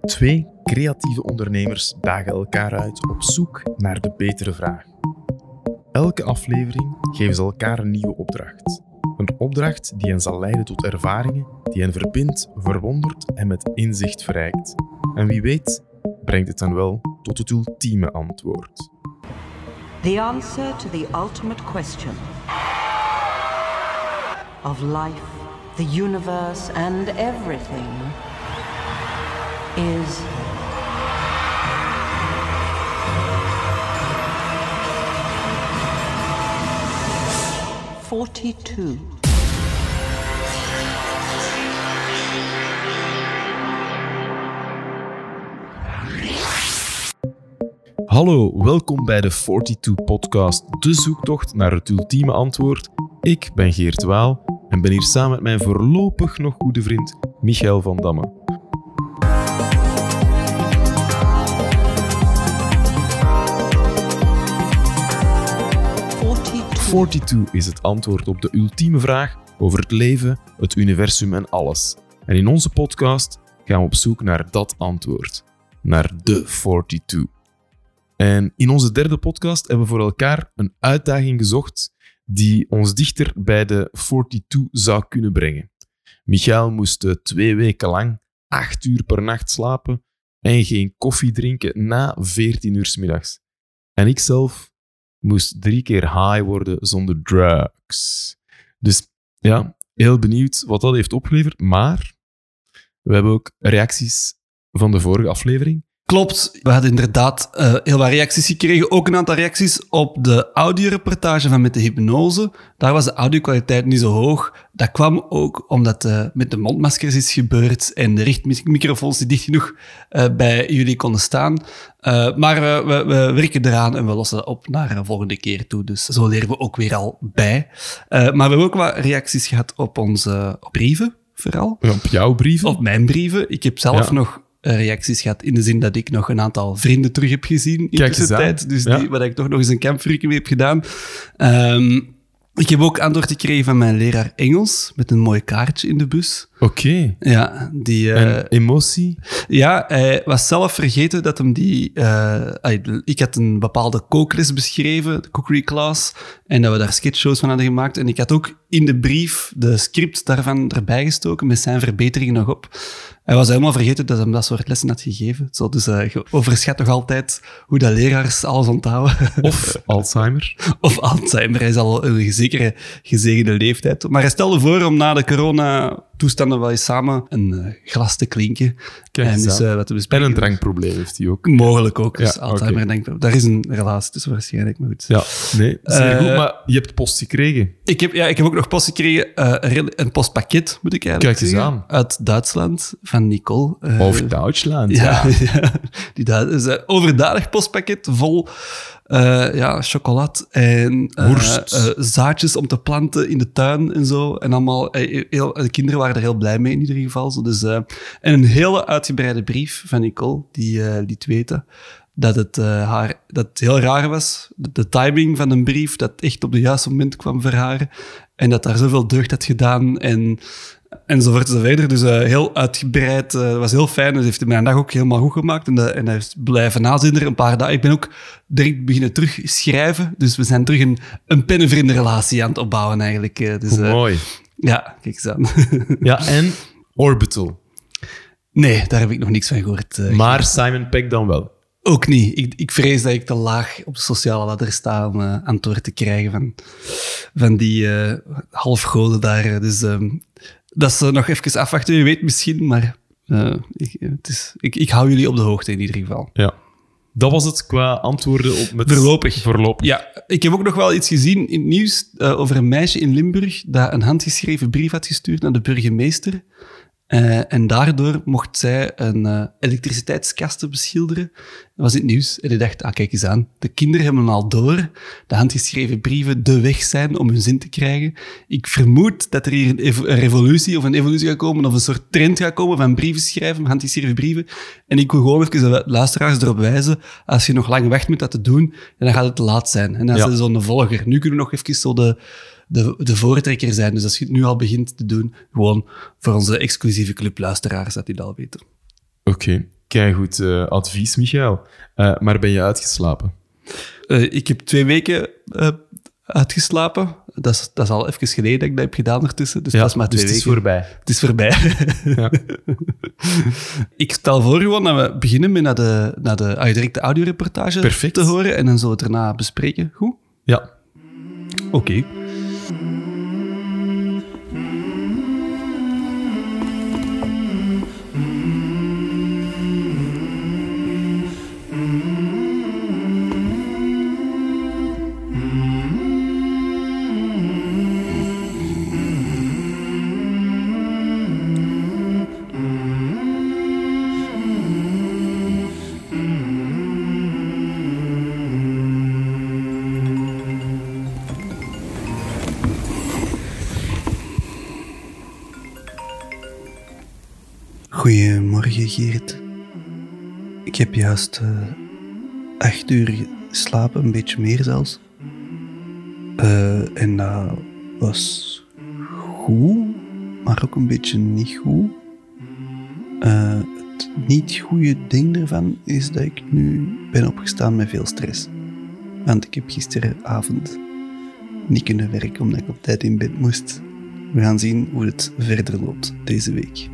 Twee creatieve ondernemers dagen elkaar uit op zoek naar de betere vraag. Elke aflevering geven ze elkaar een nieuwe opdracht. Een opdracht die hen zal leiden tot ervaringen die hen verbindt, verwondert en met inzicht verrijkt. En wie weet, brengt het dan wel tot het ultieme antwoord. The answer to the ultimate question of life, the universe, and everything is 42. Hallo, welkom bij de 42-podcast, de zoektocht naar het ultieme antwoord. Ik ben Geert Waal en ben hier samen met mijn voorlopig nog goede vriend Michael van Damme. 42 is het antwoord op de ultieme vraag over het leven, het universum en alles. En in onze podcast gaan we op zoek naar dat antwoord. Naar de 42. En in onze derde podcast hebben we voor elkaar een uitdaging gezocht die ons dichter bij de 42 zou kunnen brengen. Michael moest 2 weken lang 8 uur per nacht slapen en geen koffie drinken na 14 uur 's middags. En ikzelf moest 3 keer high worden zonder drugs. Dus ja, heel benieuwd wat dat heeft opgeleverd. Maar we hebben ook reacties van de vorige aflevering. Klopt, we hadden inderdaad heel wat reacties gekregen. Ook een aantal reacties op de audioreportage van Met de Hypnose. Daar was de audio-kwaliteit niet zo hoog. Dat kwam ook omdat met de mondmaskers is gebeurd en de richtmicrofoons die dicht genoeg bij jullie konden staan. Maar we werken eraan en we lossen dat op naar de volgende keer toe. Dus zo leren we ook weer al bij. Maar we hebben ook wat reacties gehad op onze brieven, vooral. Ja, op jouw brieven? Op mijn brieven. Ik heb zelf nog reacties gehad in de zin dat ik nog een aantal vrienden terug heb gezien in de tijd. Dus wat ik toch nog eens een campvuurtje mee heb gedaan. Ik heb ook antwoord gekregen van mijn leraar Engels met een mooi kaartje in de bus. Oké. Ja, en emotie? Ja, hij was zelf vergeten dat hem die... ik had een bepaalde kookles beschreven, de cookery class, en dat we daar sketchshows van hadden gemaakt. En ik had ook in de brief de script daarvan erbij gestoken, met zijn verbeteringen nog op. Hij was helemaal vergeten dat hij hem dat soort lessen had gegeven. Zo, dus je overschat toch altijd hoe dat leraars alles onthouden. Of Alzheimer. Of Alzheimer. Hij is al een zekere gezegende leeftijd. Maar hij stelde voor om na de corona-toestanden wel eens samen een glas te klinken. En dus, wat te bespreken. En een drankprobleem heeft hij ook. Mogelijk ook. Dus ja, Alzheimer en drankprobleem. Daar is een relatie tussen waarschijnlijk. Maar goed. Ja, nee, zeer goed. Maar je hebt post gekregen. Ik heb ook nog post gekregen. Een postpakket, moet ik eigenlijk zeggen. Kijk eens aan. Uit Duitsland, van Nicole. Over Duitsland, ja. Die is een overdadig postpakket vol chocolade en zaadjes om te planten in de tuin en zo. En allemaal, de kinderen waren er heel blij mee in ieder geval. Dus, en een hele uitgebreide brief van Nicole, die liet weten dat het heel raar was. De timing van een brief, dat echt op het juiste moment kwam voor haar. En dat daar zoveel deugd had gedaan enzovoort enzoverder. Dus heel uitgebreid. Het was heel fijn. Dus heeft mijn dag ook helemaal goed gemaakt. En hij is blijven nazinderen een paar dagen. Ik ben ook direct beginnen terug schrijven. Dus we zijn terug een pennenvriendenrelatie aan het opbouwen eigenlijk. Dus, mooi. Ja, kijk eens aan. Ja, en Orbital. Nee, daar heb ik nog niks van gehoord. Maar Simon Pegg dan wel? Ook niet. Ik vrees dat ik te laag op de sociale ladder sta om antwoord te krijgen van die halfgoden daar. Dus dat is nog even afwachten. Je weet misschien, maar ik hou jullie op de hoogte in ieder geval. Ja. Dat was het qua antwoorden op met... Voorlopig. Ja. Ik heb ook nog wel iets gezien in het nieuws over een meisje in Limburg dat een handgeschreven brief had gestuurd naar de burgemeester. En daardoor mocht zij een elektriciteitskasten beschilderen. Dat was in het nieuws. En ik dacht, kijk eens aan. De kinderen hebben al door de handgeschreven brieven de weg zijn om hun zin te krijgen. Ik vermoed dat er hier een revolutie of een evolutie gaat komen, of een soort trend gaat komen van brieven schrijven, handgeschreven brieven. En ik wil gewoon even de luisteraars erop wijzen, als je nog lang wacht met dat te doen, dan gaat het te laat zijn. En dan is het zo'n volger. Nu kunnen we nog even zo de voortrekker zijn. Dus als je het nu al begint te doen, gewoon voor onze exclusieve clubluisteraars, dat die dat al weten. Oké. Keigoed advies, Michael. Maar ben je uitgeslapen? Ik heb 2 weken uitgeslapen. Dat is al even geleden dat ik dat heb gedaan ertussen. Dus dat is maar 2 weken. Het is voorbij. Het is voorbij. Ja. Ik stel voor gewoon dat we beginnen met direct de audioreportage Perfect. te horen en dan zullen we het daarna bespreken. Goed? Ja. Oké. Goedemorgen, Geert. Ik heb juist 8 uur geslapen, een beetje meer zelfs. En dat was goed, maar ook een beetje niet goed. Het niet goede ding ervan is dat ik nu ben opgestaan met veel stress. Want ik heb gisteravond niet kunnen werken omdat ik op tijd in bed moest. We gaan zien hoe het verder loopt deze week.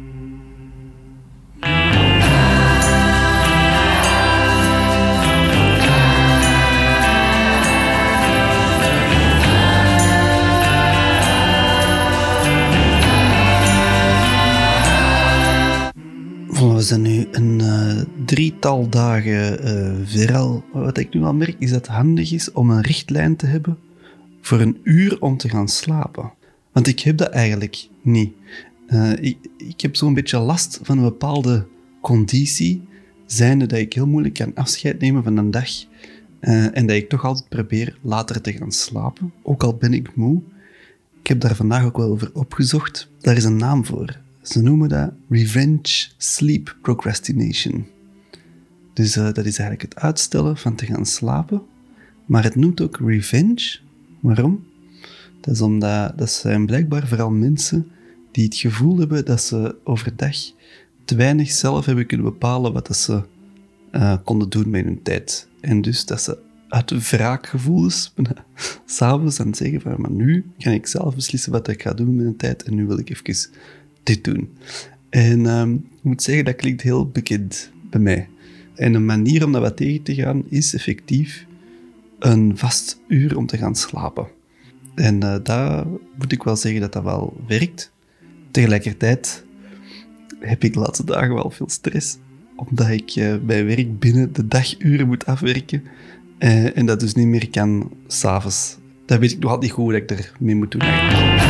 We zijn nu een 3-tal dagen ver al. Wat ik nu al merk is dat het handig is om een richtlijn te hebben voor 1 uur om te gaan slapen. Want ik heb dat eigenlijk niet. Ik heb zo'n beetje last van een bepaalde conditie, zijnde dat ik heel moeilijk kan afscheid nemen van een dag en dat ik toch altijd probeer later te gaan slapen, ook al ben ik moe. Ik heb daar vandaag ook wel over opgezocht. Daar is een naam voor. Ze noemen dat revenge sleep procrastination. Dus dat is eigenlijk het uitstellen van te gaan slapen. Maar het noemt ook revenge. Waarom? Dat is omdat dat zijn blijkbaar vooral mensen die het gevoel hebben dat ze overdag te weinig zelf hebben kunnen bepalen wat dat ze konden doen met hun tijd. En dus dat ze uit wraakgevoelens s'avonds aan het zeggen van maar nu ga ik zelf beslissen wat ik ga doen met mijn tijd en nu wil ik even dit doen. En ik moet zeggen, dat klinkt heel bekend bij mij. En een manier om dat wat tegen te gaan is effectief een vast uur om te gaan slapen. En daar moet ik wel zeggen dat dat wel werkt. Tegelijkertijd heb ik de laatste dagen wel veel stress, omdat ik bij werk binnen de daguren moet afwerken en dat dus niet meer kan 's avonds. Dat weet ik nog altijd niet goed wat ik ermee moet doen eigenlijk.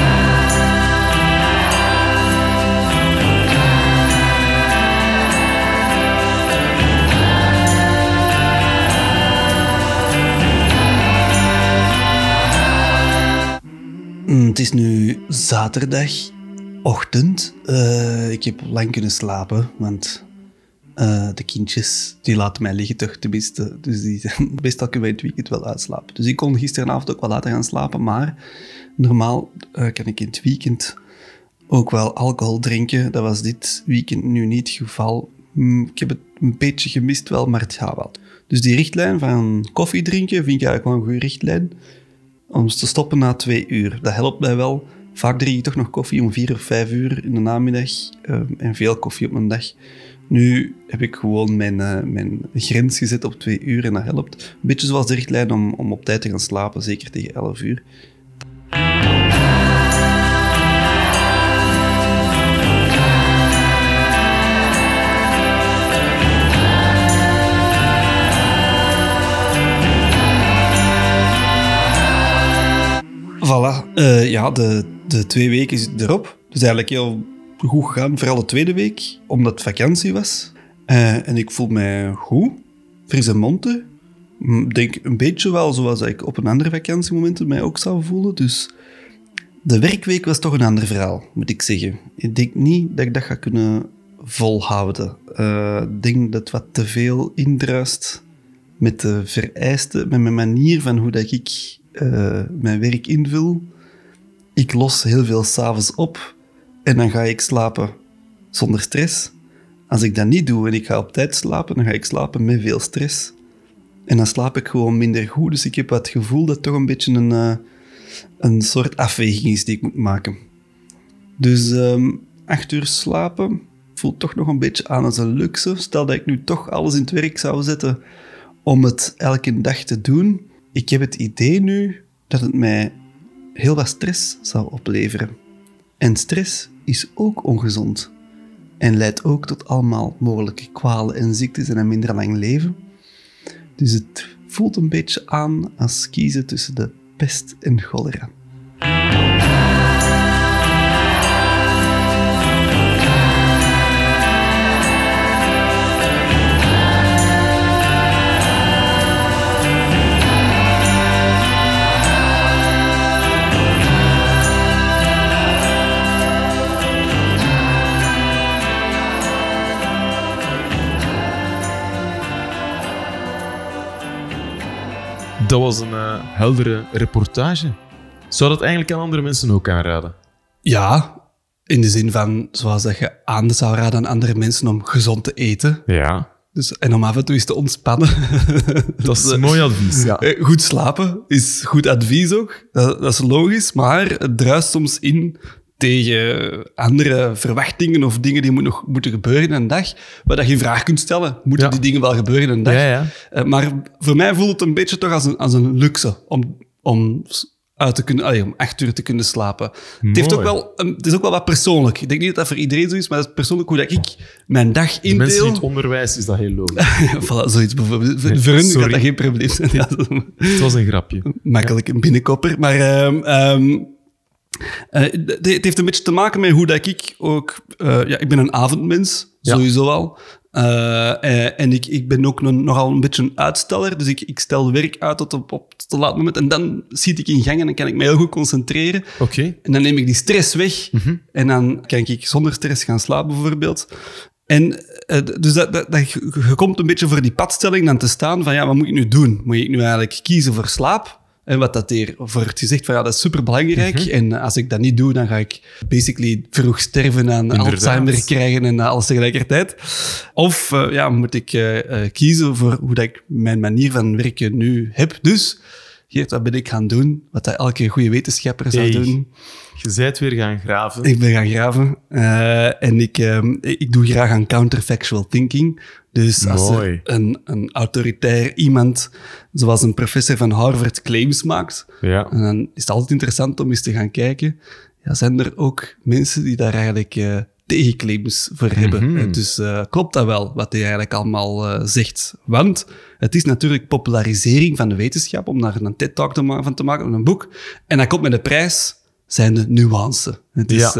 Het is nu zaterdagochtend. Ik heb lang kunnen slapen, want de kindjes die laten mij liggen toch tenminste. Dus meestal kunnen wij het weekend wel uitslapen. Dus ik kon gisteravond ook wel later gaan slapen, maar normaal kan ik in het weekend ook wel alcohol drinken. Dat was dit weekend nu niet het geval. Ik heb het een beetje gemist wel, maar het gaat wel. Dus die richtlijn van koffie drinken vind ik eigenlijk wel een goede richtlijn. Om te stoppen na 2 uur. Dat helpt mij wel. Vaak drink ik toch nog koffie om 4 of 5 uur in de namiddag. En veel koffie op mijn dag. Nu heb ik gewoon mijn grens gezet op 2 uur en dat helpt. Een beetje zoals de richtlijn om op tijd te gaan slapen, zeker tegen 11 uur. Voilà. Ja, de 2 weken is erop. Dus eigenlijk heel goed gegaan, vooral de tweede week, omdat het vakantie was. En ik voel mij goed, frisse monten. Ik denk een beetje wel zoals ik op een andere vakantiemomenten mij ook zou voelen. Dus de werkweek was toch een ander verhaal, moet ik zeggen. Ik denk niet dat ik dat ga kunnen volhouden. Ik denk dat het wat te veel indruist met de vereisten, met mijn manier van hoe dat ik mijn werk invul. Ik los heel veel 's avonds op en dan ga ik slapen zonder stress. als ik dat niet doe en ik ga op tijd slapen, dan ga ik slapen met veel stress. En dan slaap ik gewoon minder goed. Dus ik heb het gevoel dat het toch een beetje een soort afweging is die ik moet maken. Dus 8 uur slapen voelt toch nog een beetje aan als een luxe. Stel dat ik nu toch alles in het werk zou zetten om het elke dag te doen. Ik heb het idee nu dat het mij heel wat stress zou opleveren. En stress is ook ongezond. En leidt ook tot allemaal mogelijke kwalen en ziektes en een minder lang leven. Dus het voelt een beetje aan als kiezen tussen de pest en cholera. Dat was een heldere reportage. Zou dat eigenlijk aan andere mensen ook aanraden? Ja, in de zin van, zoals dat je aan zou raden aan andere mensen om gezond te eten. Ja. Dus, en om af en toe eens te ontspannen. Dat is een mooi advies. Ja. Goed slapen is goed advies ook. Dat is logisch, maar het druist soms in tegen andere verwachtingen of dingen die nog moeten gebeuren in een dag, waar dat je vraag kunt stellen. Moeten die dingen wel gebeuren in een dag? Ja. Maar voor mij voelt het een beetje toch als een luxe om uit te kunnen, om 8 uur te kunnen slapen. Het is ook wel wat persoonlijk. Ik denk niet dat dat voor iedereen zo is, maar dat is persoonlijk hoe dat ik mijn dag indeel. De mensen in het onderwijs is dat heel logisch. Voilà, zoiets bijvoorbeeld. Voor hun gaat dat geen probleem zijn. Ja, het was een grapje. Makkelijk een binnenkopper. Maar het heeft een beetje te maken met hoe dat ik ook... ik ben een avondmens, sowieso al. En ik ben ook nogal een beetje een uitsteller, dus ik stel werk uit tot op te laat moment. En dan zit ik in gang en dan kan ik me heel goed concentreren. Okay. En dan neem ik die stress weg. Mm-hmm. En dan kan ik zonder stress gaan slapen, bijvoorbeeld. En dus je komt een beetje voor die padstelling dan te staan van, wat moet ik nu doen? Moet ik nu eigenlijk kiezen voor slaap? En wat dat hier wordt gezegd van, dat is superbelangrijk. Mm-hmm. En als ik dat niet doe, dan ga ik basically vroeg sterven aan Alzheimer krijgen en alles tegelijkertijd. Of moet ik kiezen voor hoe dat ik mijn manier van werken nu heb. Dus, Geert, wat ben ik gaan doen? Wat dat elke goede wetenschapper zou doen. Je bent weer gaan graven. Ik ben gaan graven. En ik doe graag aan counterfactual thinking. Dus als er een autoritair iemand, zoals een professor van Harvard, claims maakt, en dan is het altijd interessant om eens te gaan kijken, zijn er ook mensen die daar eigenlijk tegenclaims voor hebben. Mm-hmm. Dus klopt dat wel, wat hij eigenlijk allemaal zegt? Want het is natuurlijk popularisering van de wetenschap, om daar een TED-talk van te maken, een boek. En dat komt met de prijs, zijn de nuance. Het is...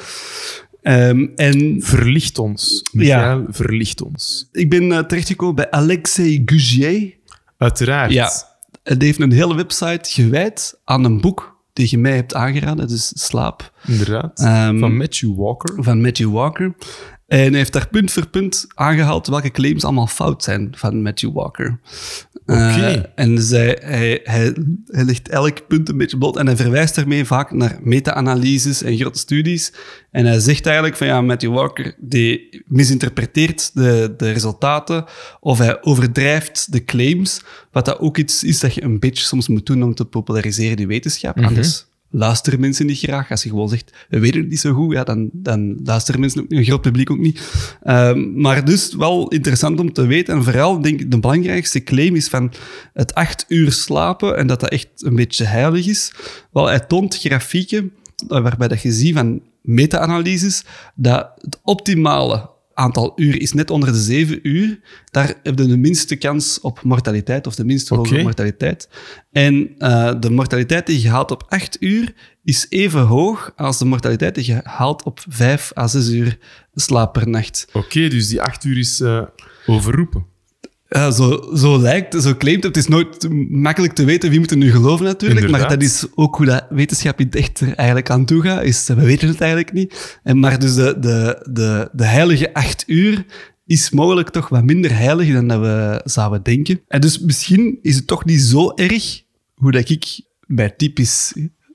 verlicht ons, Michael, verlicht ons. Ik ben terechtgekomen bij Alexei Gugier. Uiteraard. Ja, hij heeft een hele website gewijd aan een boek die je mij hebt aangeraden, dus Slaap. Inderdaad, van Matthew Walker. En hij heeft daar punt voor punt aangehaald welke claims allemaal fout zijn van Matthew Walker. En dus hij legt elk punt een beetje bloot en hij verwijst daarmee vaak naar meta-analyses en grote studies. En hij zegt eigenlijk van Matthew Walker die misinterpreteert de resultaten of hij overdrijft de claims, wat dat ook iets is dat je een beetje soms moet doen om te populariseren die wetenschap. Mm-hmm. Anders luisteren mensen niet graag. Als je gewoon zegt, we weten het niet zo goed, dan luisteren mensen ook niet, een groot publiek ook niet. Maar dus wel interessant om te weten. En vooral, denk ik, de belangrijkste claim is van het 8 uur slapen en dat echt een beetje heilig is. Wel, hij toont grafieken waarbij dat je ziet van meta-analyses dat het optimale aantal uur is net onder de 7 uur. Daar heb je de minste kans op mortaliteit, of de minste hoge mortaliteit. En de mortaliteit die je haalt op 8 uur is even hoog als de mortaliteit die je haalt op 5 à 6 uur slaap per nacht. Oké, dus die 8 uur is overroepen. Ja, zo claimt het. Het is nooit makkelijk te weten wie moet er nu geloven natuurlijk. Inderdaad. Maar dat is ook hoe dat wetenschap in het echt er eigenlijk aan toe gaat. We weten het eigenlijk niet. Maar dus de heilige 8 uur is mogelijk toch wat minder heilig dan dat we zouden denken. En dus misschien is het toch niet zo erg hoe dat ik bij typisch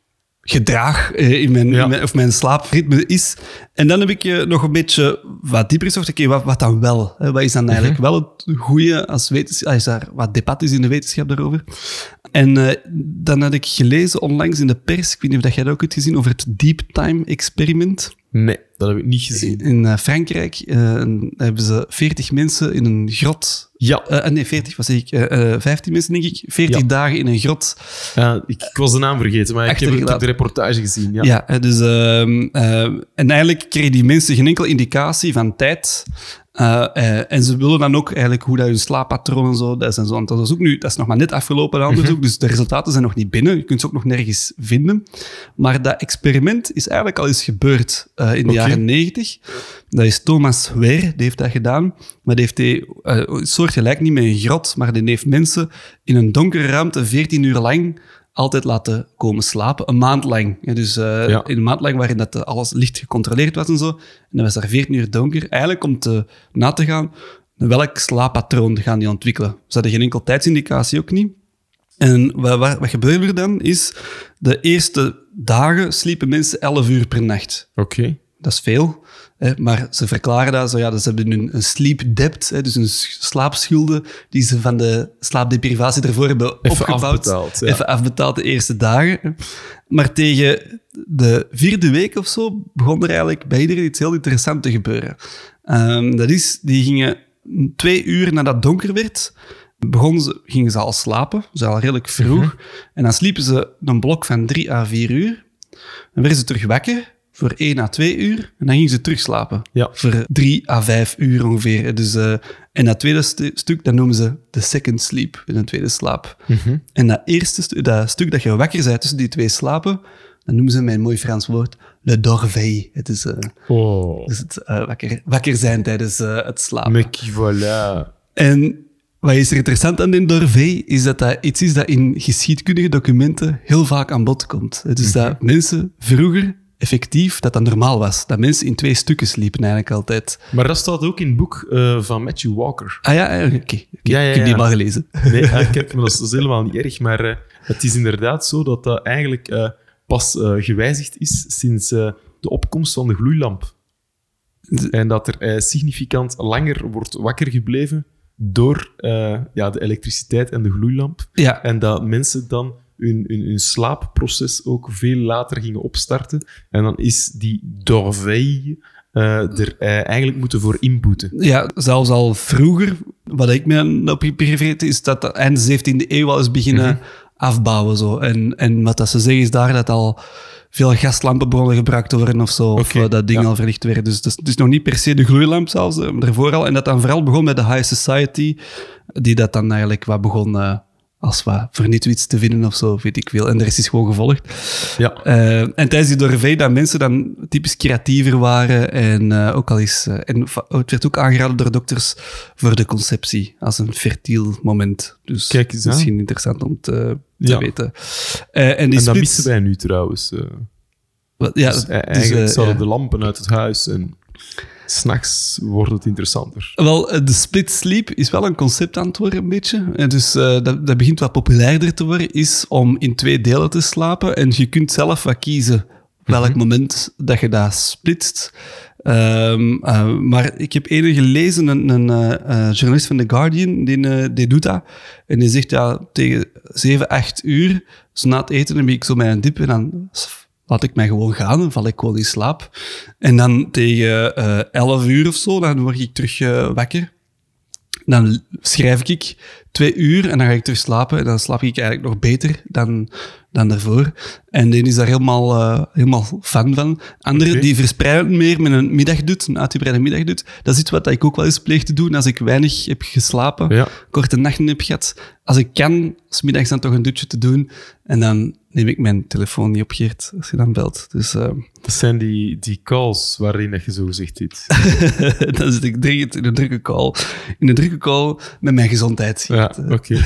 gedrag in mijn slaapritme is. En dan heb ik nog een beetje wat dieper gezocht. Oké, wat dan wel? Wat is dan eigenlijk wel het goede als wetenschap? Is daar wat debat is in de wetenschap daarover? En dan had ik gelezen onlangs in de pers, ik weet niet of jij dat ook hebt gezien, over het Deep Time Experiment. Nee, dat heb ik niet gezien. In Frankrijk hebben ze 40 mensen in een grot... Ja. 40, wat zeg ik? 15 mensen, denk ik. 40 dagen in een grot. Ik was de naam vergeten, maar ik heb de reportage gezien. Ja, dus... en eigenlijk kregen die mensen geen enkele indicatie van tijd. En ze willen dan ook eigenlijk hoe dat hun slaappatroon en zo, dat is een onderzoek. Nu, dat is nog maar net afgelopen, dat onderzoek, dus de resultaten zijn nog niet binnen. Je kunt ze ook nog nergens vinden. Maar dat experiment is eigenlijk al eens gebeurd in de jaren 90. Dat is Thomas Weir, die heeft dat gedaan. Maar die heeft een soort gelijk, niet met een grot, maar die heeft mensen in een donkere ruimte 14 uur lang altijd laten komen slapen. Een maand lang. Ja, dus in een maand lang waarin dat alles licht gecontroleerd was en zo. En dan was daar 14 uur donker. Eigenlijk om na te gaan welk slaappatroon gaan die ontwikkelen. Ze hadden geen enkel tijdsindicatie, ook niet. En wat gebeurde er dan is, de eerste dagen sliepen mensen 11 uur per nacht. Oké. Dat is veel. Maar ze verklaren dat zo, dus ze hebben een sleep debt, dus een slaapschulden die ze van de slaapdeprivatie ervoor hebben opgebouwd. Even afbetaald de eerste dagen. Maar tegen de 4e week of zo begon er eigenlijk bij iedereen iets heel interessants te gebeuren. Dat is, die gingen 2 uur nadat het donker werd, gingen ze al slapen, dus al redelijk vroeg. En dan sliepen ze een blok van 3 à 4 uur. Dan werden ze terug wakker voor 1 à 2 uur. En dan gingen ze terugslapen. Ja. Voor 3 à 5 uur ongeveer. Dus, en dat tweede stuk, dat noemen ze de second sleep, in een tweede slaap. En dat eerste dat stuk dat je wakker bent tussen die 2 slapen, dat noemen ze met een mooi Frans woord le dorveil. Het is dus het wakker zijn tijdens het slapen. Mais qui voilà. En wat is er interessant aan de dorveil, is dat iets is dat in geschiedkundige documenten heel vaak aan bod komt. Het is dat mensen vroeger effectief dat normaal was. Dat mensen in 2 stukken sliepen eigenlijk altijd. Maar dat staat ook in het boek van Matthew Walker. Ah ja, oké. Ik heb die maar gelezen. Nee, dat is helemaal niet erg, maar het is inderdaad zo dat dat eigenlijk pas gewijzigd is sinds de opkomst van de gloeilamp. En dat er significant langer wordt wakker gebleven door de elektriciteit en de gloeilamp. Ja. En dat mensen dan hun slaapproces ook veel later gingen opstarten. En dan is die dorveil er eigenlijk moeten voor inboeten. Ja, zelfs al vroeger, wat ik me op geprefereerd is dat eind de 17e eeuw al eens beginnen afbouwen. Zo. En wat dat ze zeggen is daar dat al veel gaslampen begonnen gebruikt te worden of zo, of dat ding al verlicht werd. Dus het is nog niet per se de gloeilamp zelfs, daarvoor al. En dat dan vooral begon met de high society, die dat dan eigenlijk wat begon als wat voor niet iets te vinden of zo, weet ik veel. En de rest is gewoon gevolgd. Ja. En tijdens die dorveil dat mensen dan typisch creatiever waren en ook al eens... en het werd ook aangeraden door dokters voor de conceptie als een fertiel moment. Dus kijk eens aan. Misschien interessant om te weten. En dat missen wij nu trouwens. Dus eigenlijk zouden de lampen uit het huis en 'S'nachts wordt het interessanter. Wel, de split sleep is wel een concept aan het worden, een beetje. En dus dat begint wat populairder te worden, is om in 2 delen te slapen. En je kunt zelf wat kiezen welk moment dat je dat splitst. Maar ik heb eerder gelezen, een journalist van The Guardian, die doet dat. En die zegt, tegen 7, 8 uur, zo na het eten, dan ben ik zo met een dip en dan laat ik mij gewoon gaan, dan val ik gewoon in slaap. En dan tegen 11 uur of zo, dan word ik terug wakker. Dan schrijf ik 2 uur en dan ga ik terug slapen. En dan slaap ik eigenlijk nog beter dan daarvoor. En die is daar helemaal fan van. Anderen die verspreiden het meer met een middagdut, een uitgebreide middagdut. Dat is iets wat ik ook wel eens pleeg te doen als ik weinig heb geslapen, korte nachten heb gehad. Als ik kan, 's middags dan toch een dutje te doen. En dan neem ik mijn telefoon niet op, Geert, als je dan belt. Dus, dat zijn die calls waarin je zo gezegd zit. Dan zit ik dringend in een drukke call. In een drukke call met mijn gezondheid. Ja, oké.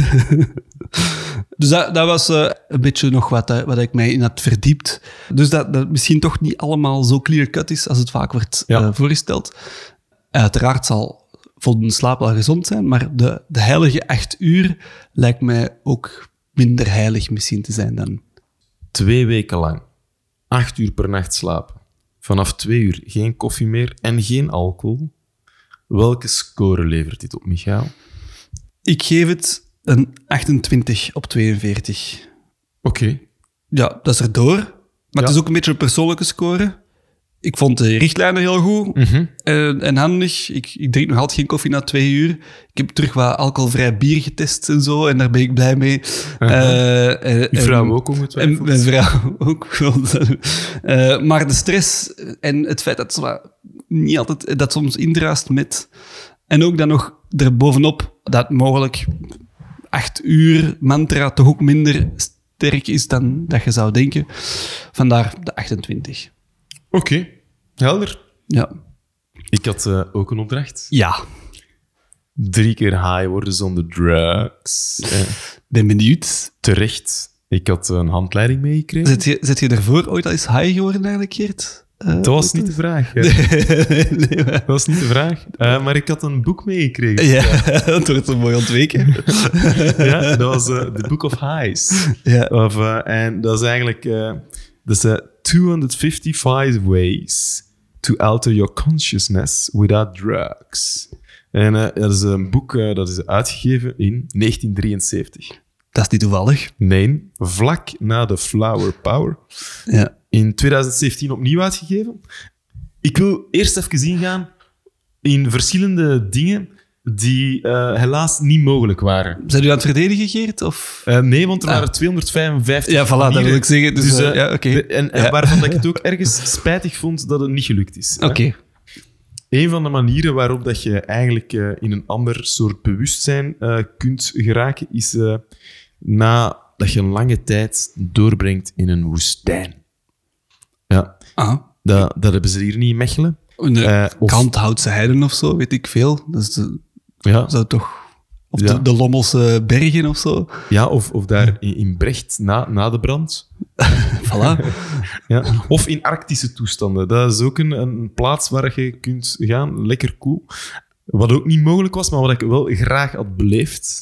Dus dat was een beetje nog wat ik mij in had verdiept. Dus dat misschien toch niet allemaal zo clear-cut is als het vaak wordt voorgesteld. Uiteraard zal voldoende slaap wel gezond zijn, maar de heilige 8 uur lijkt mij ook minder heilig misschien te zijn dan. 2 weken lang. 8 uur per nacht slapen. Vanaf 2 uur geen koffie meer en geen alcohol. Welke score levert dit op, Michael? Ik geef het een 28 op 42. Oké. Ja, dat is erdoor. Maar het is ook een beetje een persoonlijke score. Ik vond de richtlijnen heel goed en handig. Ik drink nog altijd geen koffie na 2 uur. Ik heb terug wat alcoholvrij bier getest en zo. En daar ben ik blij mee. Uw vrouw ook ongetwijfeld? En mijn vrouw ook. Maar de stress en het feit dat ze niet altijd... Dat soms indraast met... En ook dan nog erbovenop dat mogelijk 8 uur mantra toch ook minder sterk is dan dat je zou denken. Vandaar de 28. Oké, helder. Ja. Ik had ook een opdracht. Ja. 3 keer high worden zonder drugs. Ben benieuwd. Terecht. Ik had een handleiding meegekregen. Zet je ervoor ooit al eens high geworden eigenlijk, Geert? Dat was niet de vraag. Nee, dat was niet de vraag. Maar ik had een boek meegekregen. Ja, dat wordt zo mooi ontweken. Ja, dat was The Book of Highs. Ja. En dat is eigenlijk... dat is 255 ways to alter your consciousness without drugs. En dat is een boek dat is uitgegeven in 1973. Dat is niet toevallig. Nee, vlak na de Flower Power. Ja. In 2017 opnieuw uitgegeven. Ik wil eerst even ingaan in verschillende dingen die helaas niet mogelijk waren. Zijn u aan het verdedigen, Geert? Of? Nee, want er waren 255 Ja, voilà, dat wil ik zeggen. Dus, ja, oké. En waarvan ik het ook ergens spijtig vond dat het niet gelukt is. Oké. Een van de manieren waarop dat je eigenlijk in een ander soort bewustzijn kunt geraken, is nadat je een lange tijd doorbrengt in een woestijn. Ja. Dat hebben ze hier niet in Mechelen. Kanthoutse heiden of zo, weet ik veel. Dus zou toch... Of de Lommelse bergen of zo. Ja, of daar in Brecht na de brand. Voilà. Ja. Of in arctische toestanden. Dat is ook een plaats waar je kunt gaan. Lekker cool. Wat ook niet mogelijk was, maar wat ik wel graag had beleefd.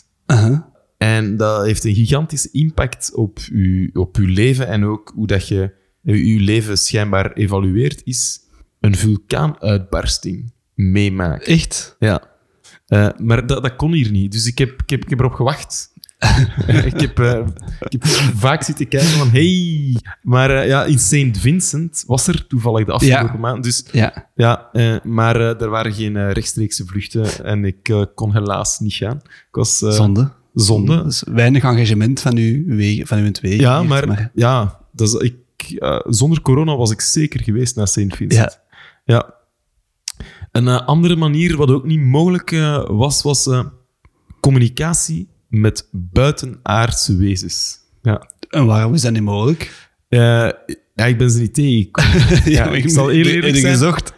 En dat heeft een gigantische impact op uw leven en ook hoe dat je uw leven schijnbaar evalueert, is een vulkaanuitbarsting meemaken. Echt? Ja. Maar dat kon hier niet. Dus ik heb erop gewacht. ik heb vaak zitten kijken van hey. Maar in St. Vincent was er toevallig de afgelopen maand. Dus, maar er waren geen rechtstreekse vluchten en ik kon helaas niet gaan. Ik was... Zonde. Dus weinig engagement van uw twee. Ja, maar ja, zonder corona was ik zeker geweest naar St. Vincent. Ja. Een andere manier, wat ook niet mogelijk was communicatie met buitenaardse wezens. Ja. En waarom is dat niet mogelijk? Ik ben ze niet tegengekomen. Ik zal eerlijk zijn. Gezocht?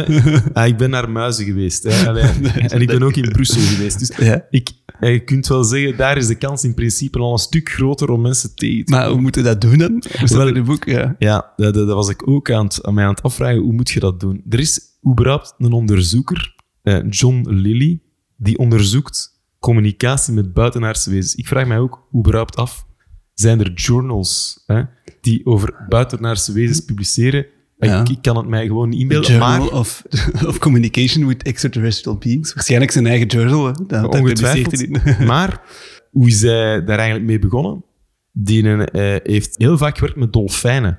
Ik ben naar Muizen geweest. En ik ben ook in Brussel geweest. Dus je kunt wel zeggen, daar is de kans in principe al een stuk groter om mensen tegen te komen. Maar hoe moet je dat doen dan? Wel in het boek, dat was ik ook aan mij aan het afvragen. Hoe moet je dat doen? Er is überhaupt een onderzoeker, John Lilly, die onderzoekt communicatie met buitenaardse wezens. Ik vraag mij ook überhaupt af, zijn er journals die over buitenaardse wezens publiceren? Ik kan het mij gewoon niet inbeelden. Journal of Communication with Extraterrestrial Beings. Waarschijnlijk zijn eigen journal. Ongetwijfeld. Maar hoe is hij daar eigenlijk mee begonnen? Die heeft heel vaak gewerkt met dolfijnen.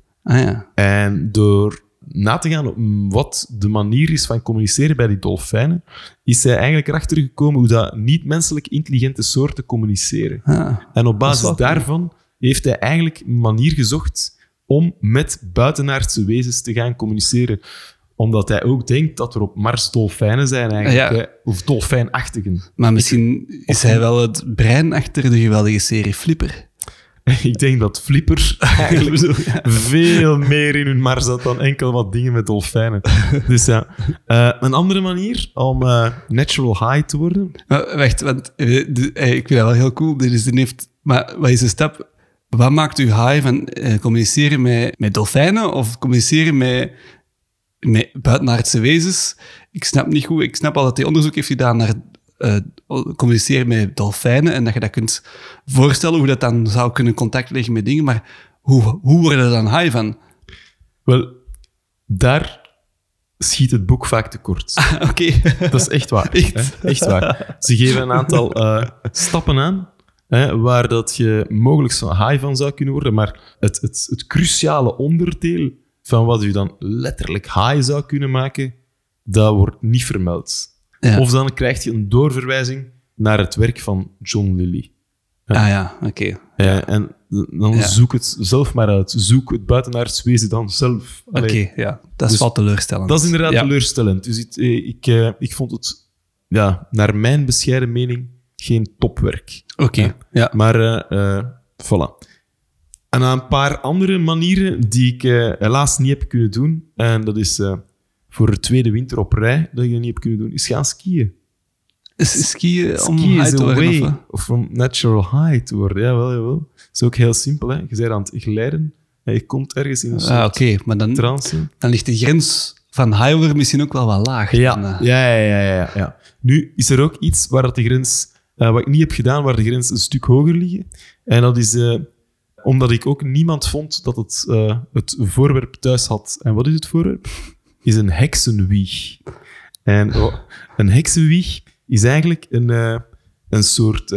En door na te gaan op wat de manier is van communiceren bij die dolfijnen, is hij eigenlijk erachter gekomen hoe dat niet-menselijk intelligente soorten communiceren. En op basis daarvan heeft hij eigenlijk een manier gezocht om met buitenaardse wezens te gaan communiceren. Omdat hij ook denkt dat er op Mars dolfijnen zijn eigenlijk, of dolfijnachtigen. Maar misschien is hij wel het brein achter de geweldige serie Flipper. Ik denk dat Flipper eigenlijk veel meer in hun mars zat dan enkel wat dingen met dolfijnen. Dus ja. Een andere manier om natural high te worden. Wacht, want ik vind dat wel heel cool. Maar wat is de stap? Wat maakt u high van communiceren met dolfijnen of communiceren met buitenaardse wezens? Ik snap niet goed. Ik snap al dat hij onderzoek heeft gedaan naar communiceren met dolfijnen en dat je dat kunt voorstellen hoe dat dan zou kunnen contact leggen met dingen. Maar hoe word je er dan high van? Wel, daar schiet het boek vaak tekort. Oké. Dat is echt waar. Echt? Hè? Echt waar. Ze geven een aantal stappen aan waar dat je mogelijk zo high van zou kunnen worden, maar het cruciale onderdeel van wat je dan letterlijk high zou kunnen maken, dat wordt niet vermeld. Ja. Of dan krijg je een doorverwijzing naar het werk van John Lilly. Ah ja, oké. En dan zoek het zelf maar uit. Zoek het buitenaards wezen dan zelf. Allee, Oké, ja. Dat is dus wel teleurstellend. dat is inderdaad Ja. teleurstellend. Dus ik vond het, naar mijn bescheiden mening, geen topwerk. Oké, ja. Maar voilà. En een paar andere manieren die ik helaas niet heb kunnen doen, en dat is voor de tweede winter op rij dat je niet hebt kunnen doen, is gaan skiën. Is skiën om Skiën high is te a worden? way Of wat? from natural high te worden. Jawel. Dat is ook heel simpel. Hè? Je bent aan het glijden en je komt ergens in een soort Oké, maar dan ligt de grens van high worden misschien ook wel wat laag. Ja. Nu is er ook iets waar dat de grens, wat ik niet heb gedaan, waar de grens een stuk hoger ligt. En dat is omdat ik ook niemand vond dat het voorwerp thuis had. En wat is het voorwerp? Is een heksenwieg. En een heksenwieg is eigenlijk een soort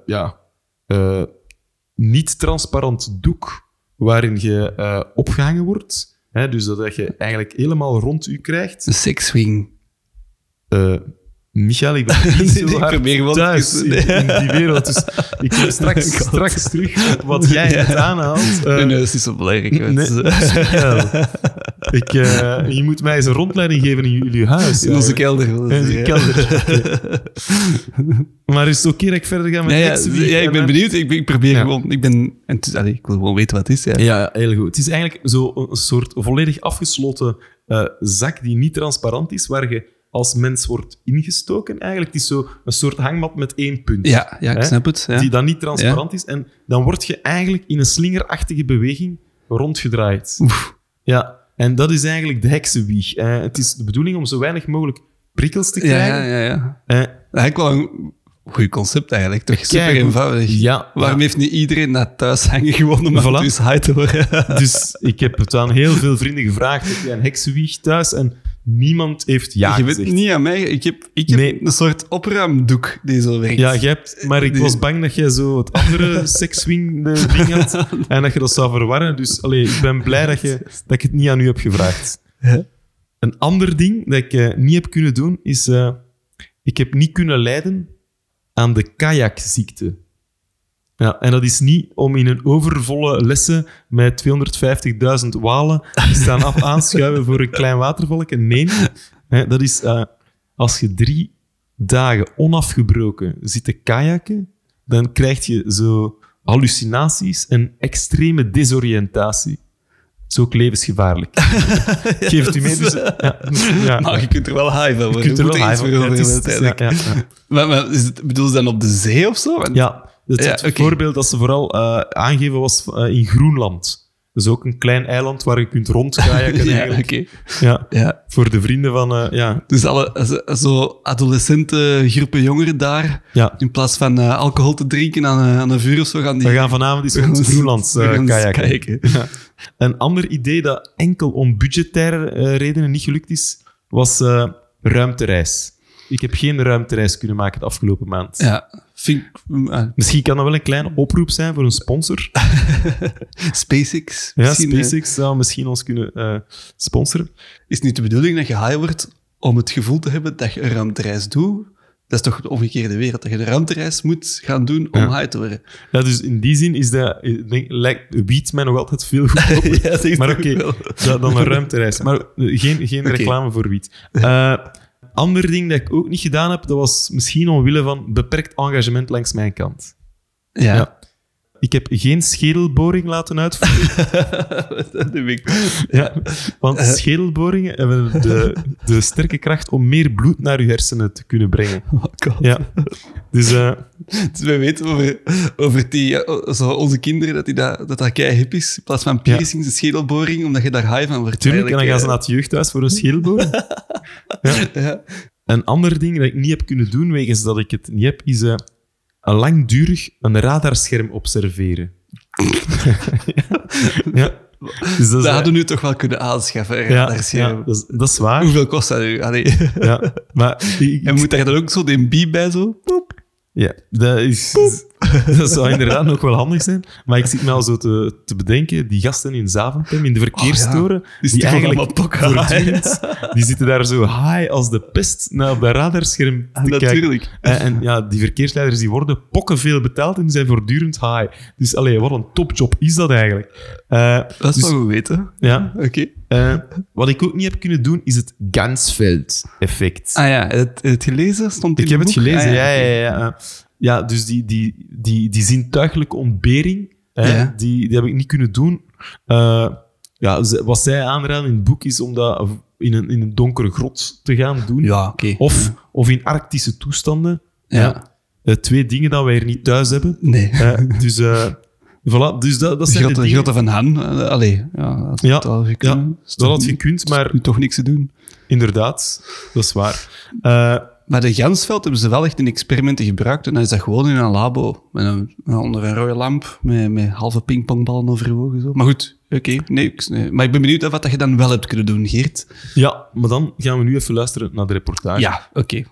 niet-transparant doek waarin je opgehangen wordt. Hè, dus dat je eigenlijk helemaal rond u krijgt. Een sekswing. Michael, ik ben niet zo Ik hard probeer gewoon thuis in die wereld. Dus ik kom straks terug op wat jij net aanhaalt. Nee, dat is niet zo belangrijk. Je moet mij eens een rondleiding geven in jullie huis. In onze kelder. In de kelder. Maar is het oké dat ik verder ga met heksenwieg? Ik ben benieuwd. Ik probeer gewoon... Ik wil gewoon weten wat het is. Ja, heel goed. Het is eigenlijk zo een soort volledig afgesloten zak die niet transparant is, waar je als mens wordt ingestoken. Eigenlijk, het is zo een soort hangmat met 1 punt. Ja, ik snap het. Ja. Die dan niet transparant is. En dan word je eigenlijk in een slingerachtige beweging rondgedraaid. Oef. Ja, en dat is eigenlijk de heksenwieg. Het is de bedoeling om zo weinig mogelijk prikkels te krijgen. Ja. Eh, Eigenlijk wel een goed concept eigenlijk. Toch super Kijk, eenvoudig. ja, Waarom heeft niet iedereen naar thuis hangen gewoon om Voilà. dus high te worden? Dus ik heb het aan heel veel vrienden gevraagd: heb jij een heksenwieg thuis? En niemand heeft ja Je gezegd. weet niet aan mij. Ik heb Nee. een soort opruimdoek die zo werkt. Ja, maar ik was bang dat jij zo het andere sekswing-ding had en dat je dat zou verwarren. Dus ik ben blij dat ik het niet aan u heb gevraagd. Ja. Een ander ding dat ik niet heb kunnen doen, is ik heb niet kunnen lijden aan de kajakziekte. Ja, en dat is niet om in een overvolle lessen met 250.000 walen die staan aanschuiven voor een klein watervalkje. Nee, dat is als je 3 dagen onafgebroken zit te kajakken, dan krijg je zo hallucinaties en extreme desoriëntatie. Dat is ook levensgevaarlijk. Geeft u mee? Dus, Maar je kunt er wel high van worden. Je kunt er wel high van worden. Uiteindelijk. Maar bedoel je dan op de zee of zo? Ja, het voorbeeld dat ze vooral aangeven was in Groenland. Dat is ook een klein eiland waar je kunt rondkajakken eigenlijk. Ja. Voor de vrienden van... Dus zo adolescente groepen jongeren daar, in plaats van alcohol te drinken aan een vuur of zo, gaan die... We gaan vanavond eens rond Groenland kajakken. Ja. Een ander idee dat enkel om budgettaire redenen niet gelukt is, was ruimtereis. Ik heb geen ruimtereis kunnen maken de afgelopen maand. Ja, Misschien kan dat wel een kleine oproep zijn voor een sponsor. SpaceX. Ja, SpaceX zou misschien ons kunnen sponsoren. Is het niet de bedoeling dat je high wordt om het gevoel te hebben dat je een ruimtereis doet? Dat is toch de omgekeerde wereld, dat je de ruimtereis moet gaan doen om high te worden. Ja, dus in die zin is dat, wiet mij nog altijd veel goedkoper. Ja, maar oké, dan een ruimtereis. Maar geen reclame voor wiet. Ander ding dat ik ook niet gedaan heb, dat was misschien omwille van beperkt engagement langs mijn kant. Ja. Ik heb geen schedelboring laten uitvoeren. Dat heb ik. Ja, want schedelboringen hebben de sterke kracht om meer bloed naar je hersenen te kunnen brengen. Oh god. Ja. Dus wij weten over onze kinderen dat kei hip is. In plaats van piercings, een schedelboring, omdat je daar high van wordt. Tuurlijk, en dan gaan ze naar het jeugdhuis voor een schedelboring. Ja. Een ander ding dat ik niet heb kunnen doen, wegens dat ik het niet heb, is langdurig een radarscherm observeren. Ja. Dus dat hadden we nu toch wel kunnen aanschaffen. Ja, Daar dat is waar. Hoeveel kost dat nu? Allee. Ja, maar En moet daar dan ook zo de biep bij zo? Poep. Ja, dat zou inderdaad nog wel handig zijn. Maar ik zit me al zo te bedenken, die gasten in Zaventem, in de verkeerstoren, die eigenlijk voortdurend, die zitten daar zo high als de pest naar op dat radarscherm te Natuurlijk. kijken. En die verkeersleiders die worden pokkenveel betaald en die zijn voortdurend high. Dus wat een topjob is dat eigenlijk. Dat is wel goed weten. Ja. Oké. Wat ik ook niet heb kunnen doen, is het Ganzfeld-effect. Ah ja, het gelezen? Stond in Ik heb het boek? gelezen, Ah, ja. Ja, dus die zintuigelijke ontbering, Ja. die heb ik niet kunnen doen. Wat zij aanraden in het boek is om dat in een donkere grot te gaan doen. Ja, oké. Of in arctische toestanden. Ja. 2 dingen dat wij er niet thuis hebben. Nee. Dus dat zijn de dingen. Grote van Han. Allee, dat had je kunnen. Dat had gekund, maar Nu toch niks te doen. inderdaad, dat is waar. Maar de Gansveld hebben ze wel echt in experimenten gebruikt. En dan is dat gewoon in een labo. Onder een rode lamp. Met halve pingpongballen overwogen. Zo. Maar goed, oké. Nee. Maar ik ben benieuwd wat je dan wel hebt kunnen doen, Geert. Ja, maar dan gaan we nu even luisteren naar de reportage. Ja, oké.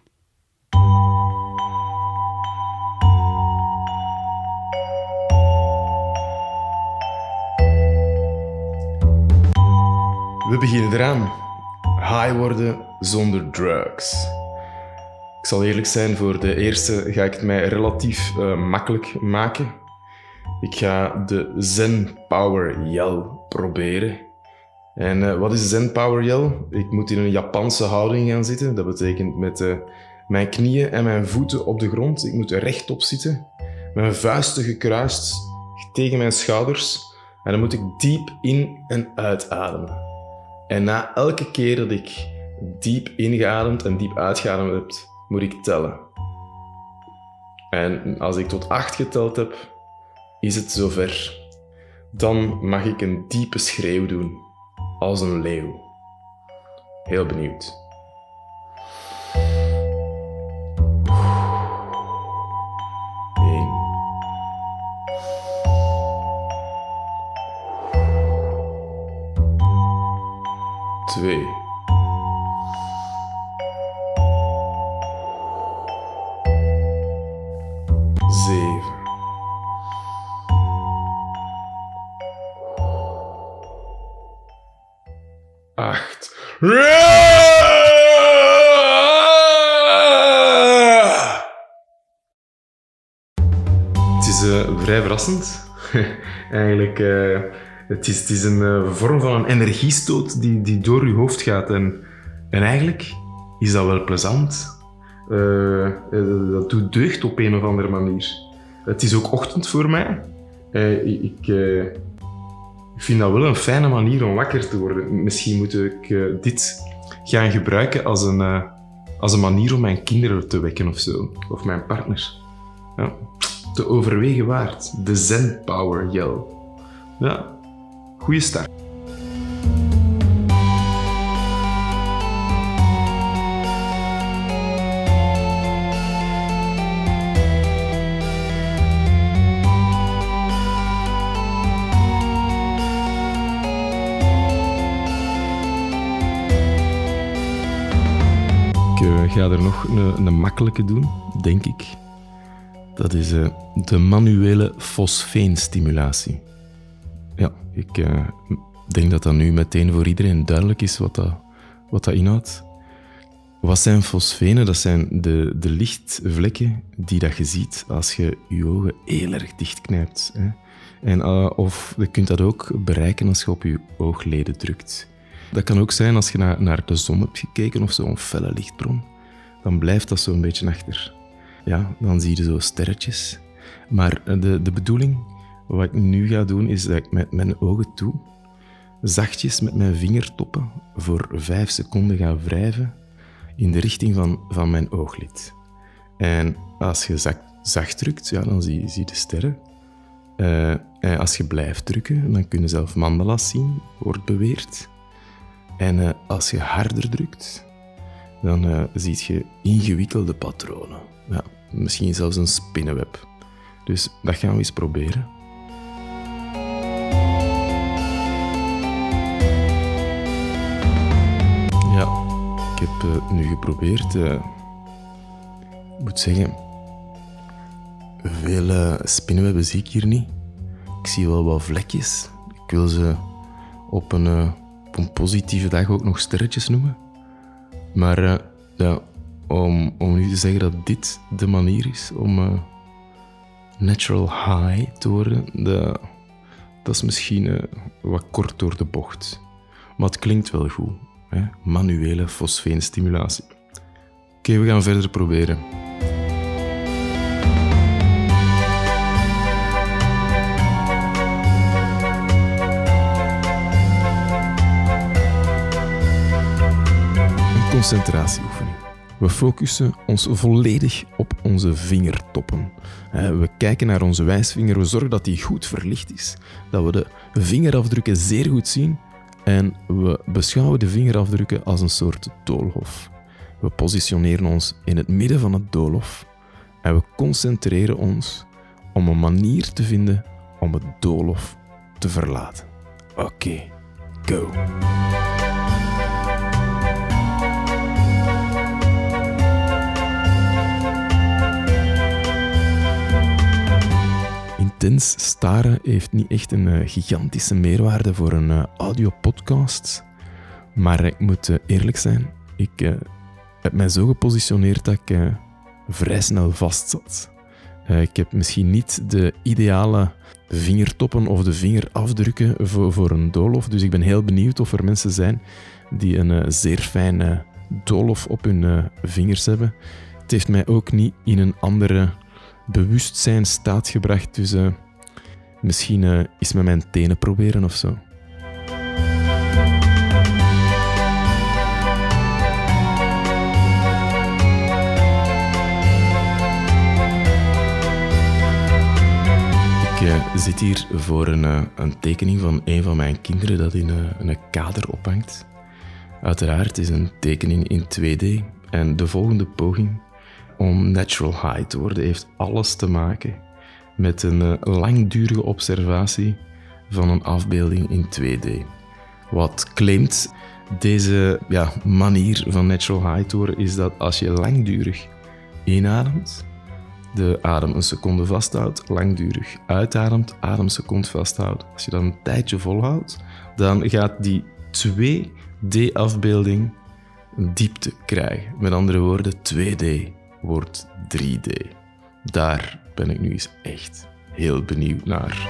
We beginnen eraan. High worden zonder drugs. Ik zal eerlijk zijn, voor de eerste ga ik het mij relatief makkelijk maken. Ik ga de Zen Power Yell proberen. En wat is Zen Power Yell? Ik moet in een Japanse houding gaan zitten. Dat betekent met mijn knieën en mijn voeten op de grond. Ik moet rechtop zitten. Mijn vuisten gekruist tegen mijn schouders. En dan moet ik diep in en uitademen. En na elke keer dat ik diep ingeademd en diep uitgeademd heb, moet ik tellen. En als ik tot 8 geteld heb, is het zover. Dan mag ik een diepe schreeuw doen, als een leeuw. Heel benieuwd. 1. 2. 7. 8. Het is vrij verrassend. Eigenlijk, het is een vorm van een energiestoot die door je hoofd gaat. En eigenlijk is dat wel plezant. Dat doet deugd op een of andere manier. Het is ook ochtend voor mij. Ik vind dat wel een fijne manier om wakker te worden. Misschien moet ik dit gaan gebruiken als een manier om mijn kinderen te wekken of zo. Of mijn partner. Ja. Te overwegen waard. De Zen Power Yell. Ja, goeie start. Ik ga er nog een makkelijke doen, denk ik. Dat is de manuele fosfeenstimulatie. Ja, ik denk dat dat nu meteen voor iedereen duidelijk is wat dat inhoudt. Wat zijn fosfenen? Dat zijn de lichtvlekken die dat je ziet als je je ogen heel erg dichtknijpt. Hè? En, of je kunt dat ook bereiken als je op je oogleden drukt. Dat kan ook zijn als je naar de zon hebt gekeken of zo'n felle lichtbron. Dan blijft dat zo een beetje achter. Ja, dan zie je zo sterretjes. Maar de bedoeling, wat ik nu ga doen, is dat ik met mijn ogen toe zachtjes met mijn vingertoppen voor 5 seconden ga wrijven in de richting van mijn ooglid. En als je zacht drukt, ja, dan zie je de sterren. En als je blijft drukken, dan kun je zelf mandala's zien, wordt beweerd. En als je harder drukt, dan zie je ingewikkelde patronen. Ja, misschien zelfs een spinnenweb. Dus dat gaan we eens proberen. heb nu geprobeerd. Ik moet zeggen, veel spinnenwebben zie ik hier niet. Ik zie wel wat vlekjes. Ik wil ze op een positieve dag ook nog sterretjes noemen. Maar om nu te zeggen dat dit de manier is om natural high te worden, dat is misschien wat kort door de bocht. Maar het klinkt wel goed. Hè? Manuele fosfeenstimulatie. Oké, we gaan verder proberen. Een concentratieoefening. We focussen ons volledig op onze vingertoppen. We kijken naar onze wijsvinger, we zorgen dat die goed verlicht is, dat we de vingerafdrukken zeer goed zien en we beschouwen de vingerafdrukken als een soort doolhof. We positioneren ons in het midden van het doolhof en we concentreren ons om een manier te vinden om het doolhof te verlaten. Oké, go! Intens staren heeft niet echt een gigantische meerwaarde voor een audiopodcast. Maar ik moet eerlijk zijn, ik heb mij zo gepositioneerd dat ik vrij snel vastzat. Ik heb misschien niet de ideale vingertoppen of de vingerafdrukken voor een doolhof. Dus ik ben heel benieuwd of er mensen zijn die een zeer fijne doolhof op hun vingers hebben. Het heeft mij ook niet in een andere bewustzijnstaat gebracht, dus misschien eens met mijn tenen proberen of zo. Ik zit hier voor een tekening van een van mijn kinderen dat in een kader ophangt. Uiteraard is een tekening in 2D en de volgende poging om natural high te worden heeft alles te maken met een langdurige observatie van een afbeelding in 2D. Wat claimt deze manier van natural high te worden is dat als je langdurig inademt, de adem een seconde vasthoudt, langdurig uitademt, ademseconde vasthoudt. Als je dat een tijdje volhoudt, dan gaat die 2D-afbeelding een diepte krijgen. Met andere woorden, 2D wordt 3D. Daar ben ik nu eens echt heel benieuwd naar.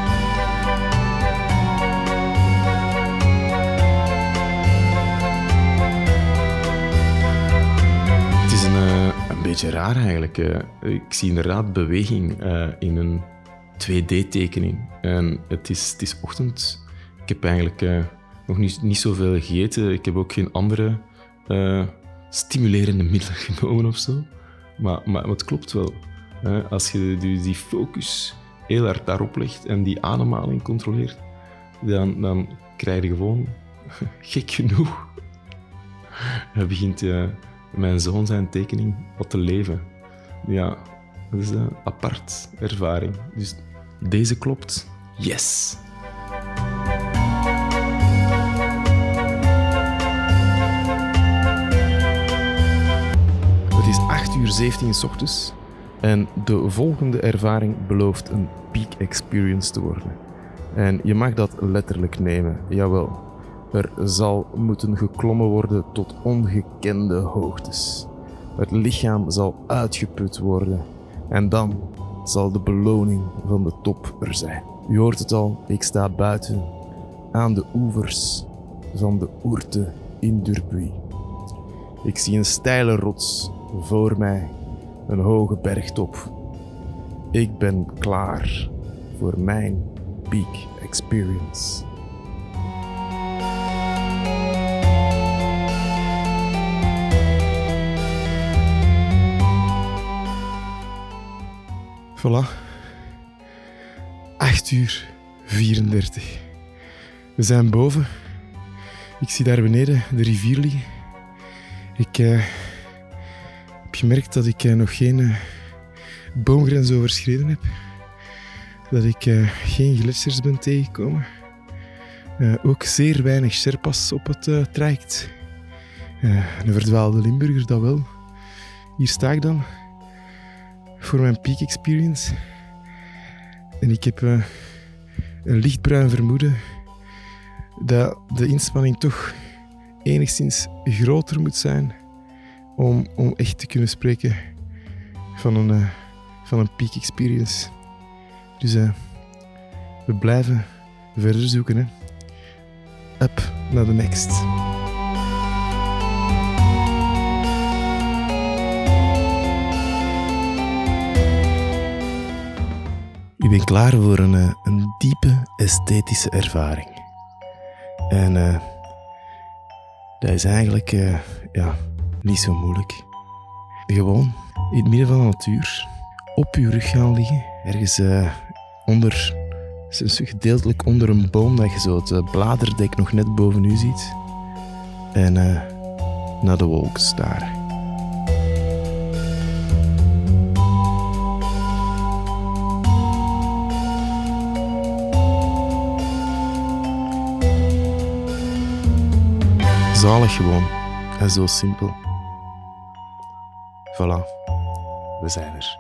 Het is een beetje raar eigenlijk. Ik zie inderdaad beweging in een 2D-tekening. En het is ochtend. Ik heb eigenlijk nog niet zoveel gegeten. Ik heb ook geen andere stimulerende middelen genomen of zo. Maar het klopt wel. Als je die focus heel hard daarop legt en die ademhaling controleert, dan krijg je gewoon, gek genoeg, begint mijn zoon zijn tekening wat te leven. Ja, dat is een apart ervaring. Dus deze klopt. Yes! Het is 8:17 's ochtends en de volgende ervaring belooft een peak experience te worden. En je mag dat letterlijk nemen, jawel. Er zal moeten geklommen worden tot ongekende hoogtes. Het lichaam zal uitgeput worden en dan zal de beloning van de top er zijn. U hoort het al, ik sta buiten aan de oevers van de Ourthe in Durbuy. Ik zie een steile rots voor mij, een hoge bergtop. Ik ben klaar voor mijn peak experience. Voilà. 8:34. We zijn boven. Ik zie daar beneden de rivier liggen. Ik heb gemerkt dat ik nog geen boomgrens overschreden heb. Dat ik geen gletsjers ben tegengekomen. Ook zeer weinig Sherpas op het traject. Een verdwaalde Limburger, dat wel. Hier sta ik dan. Voor mijn peak experience. En ik heb een lichtbruin vermoeden dat de inspanning toch enigszins groter moet zijn om echt te kunnen spreken van een peak experience. Dus we blijven verder zoeken. Hè. Up naar de next. Ik ben klaar voor een diepe esthetische ervaring. En dat is eigenlijk niet zo moeilijk. Gewoon in het midden van de natuur, op je rug gaan liggen, ergens gedeeltelijk onder een boom, dat je zo het bladerdek nog net boven u ziet. En naar de wolken staren. Zalig gewoon. En zo simpel. Voilà. We zijn er.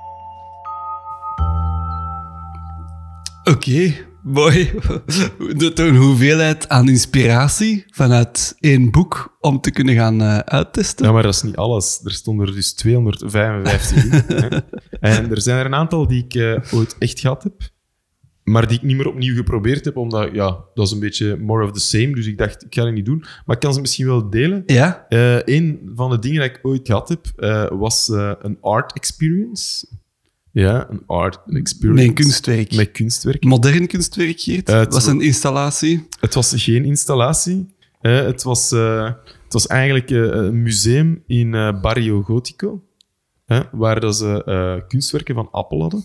Oké, mooi. Een hoeveelheid aan inspiratie vanuit één boek om te kunnen gaan uittesten. Ja, maar dat is niet alles. Er stonden er dus 255 in. Hè. En er zijn er een aantal die ik ooit echt gehad heb. Maar die ik niet meer opnieuw geprobeerd heb, omdat dat is een beetje more of the same. Dus ik dacht, ik ga het niet doen. Maar ik kan ze misschien wel delen. Ja? Een van de dingen dat ik ooit gehad heb, was een art experience. Ja, een experience. Met kunstwerk. Met kunstwerk. Modern kunstwerk, Geert? Het was een installatie? Het was geen installatie. Het was eigenlijk een museum in Barrio Gotico. Waar dat ze kunstwerken van Appel hadden.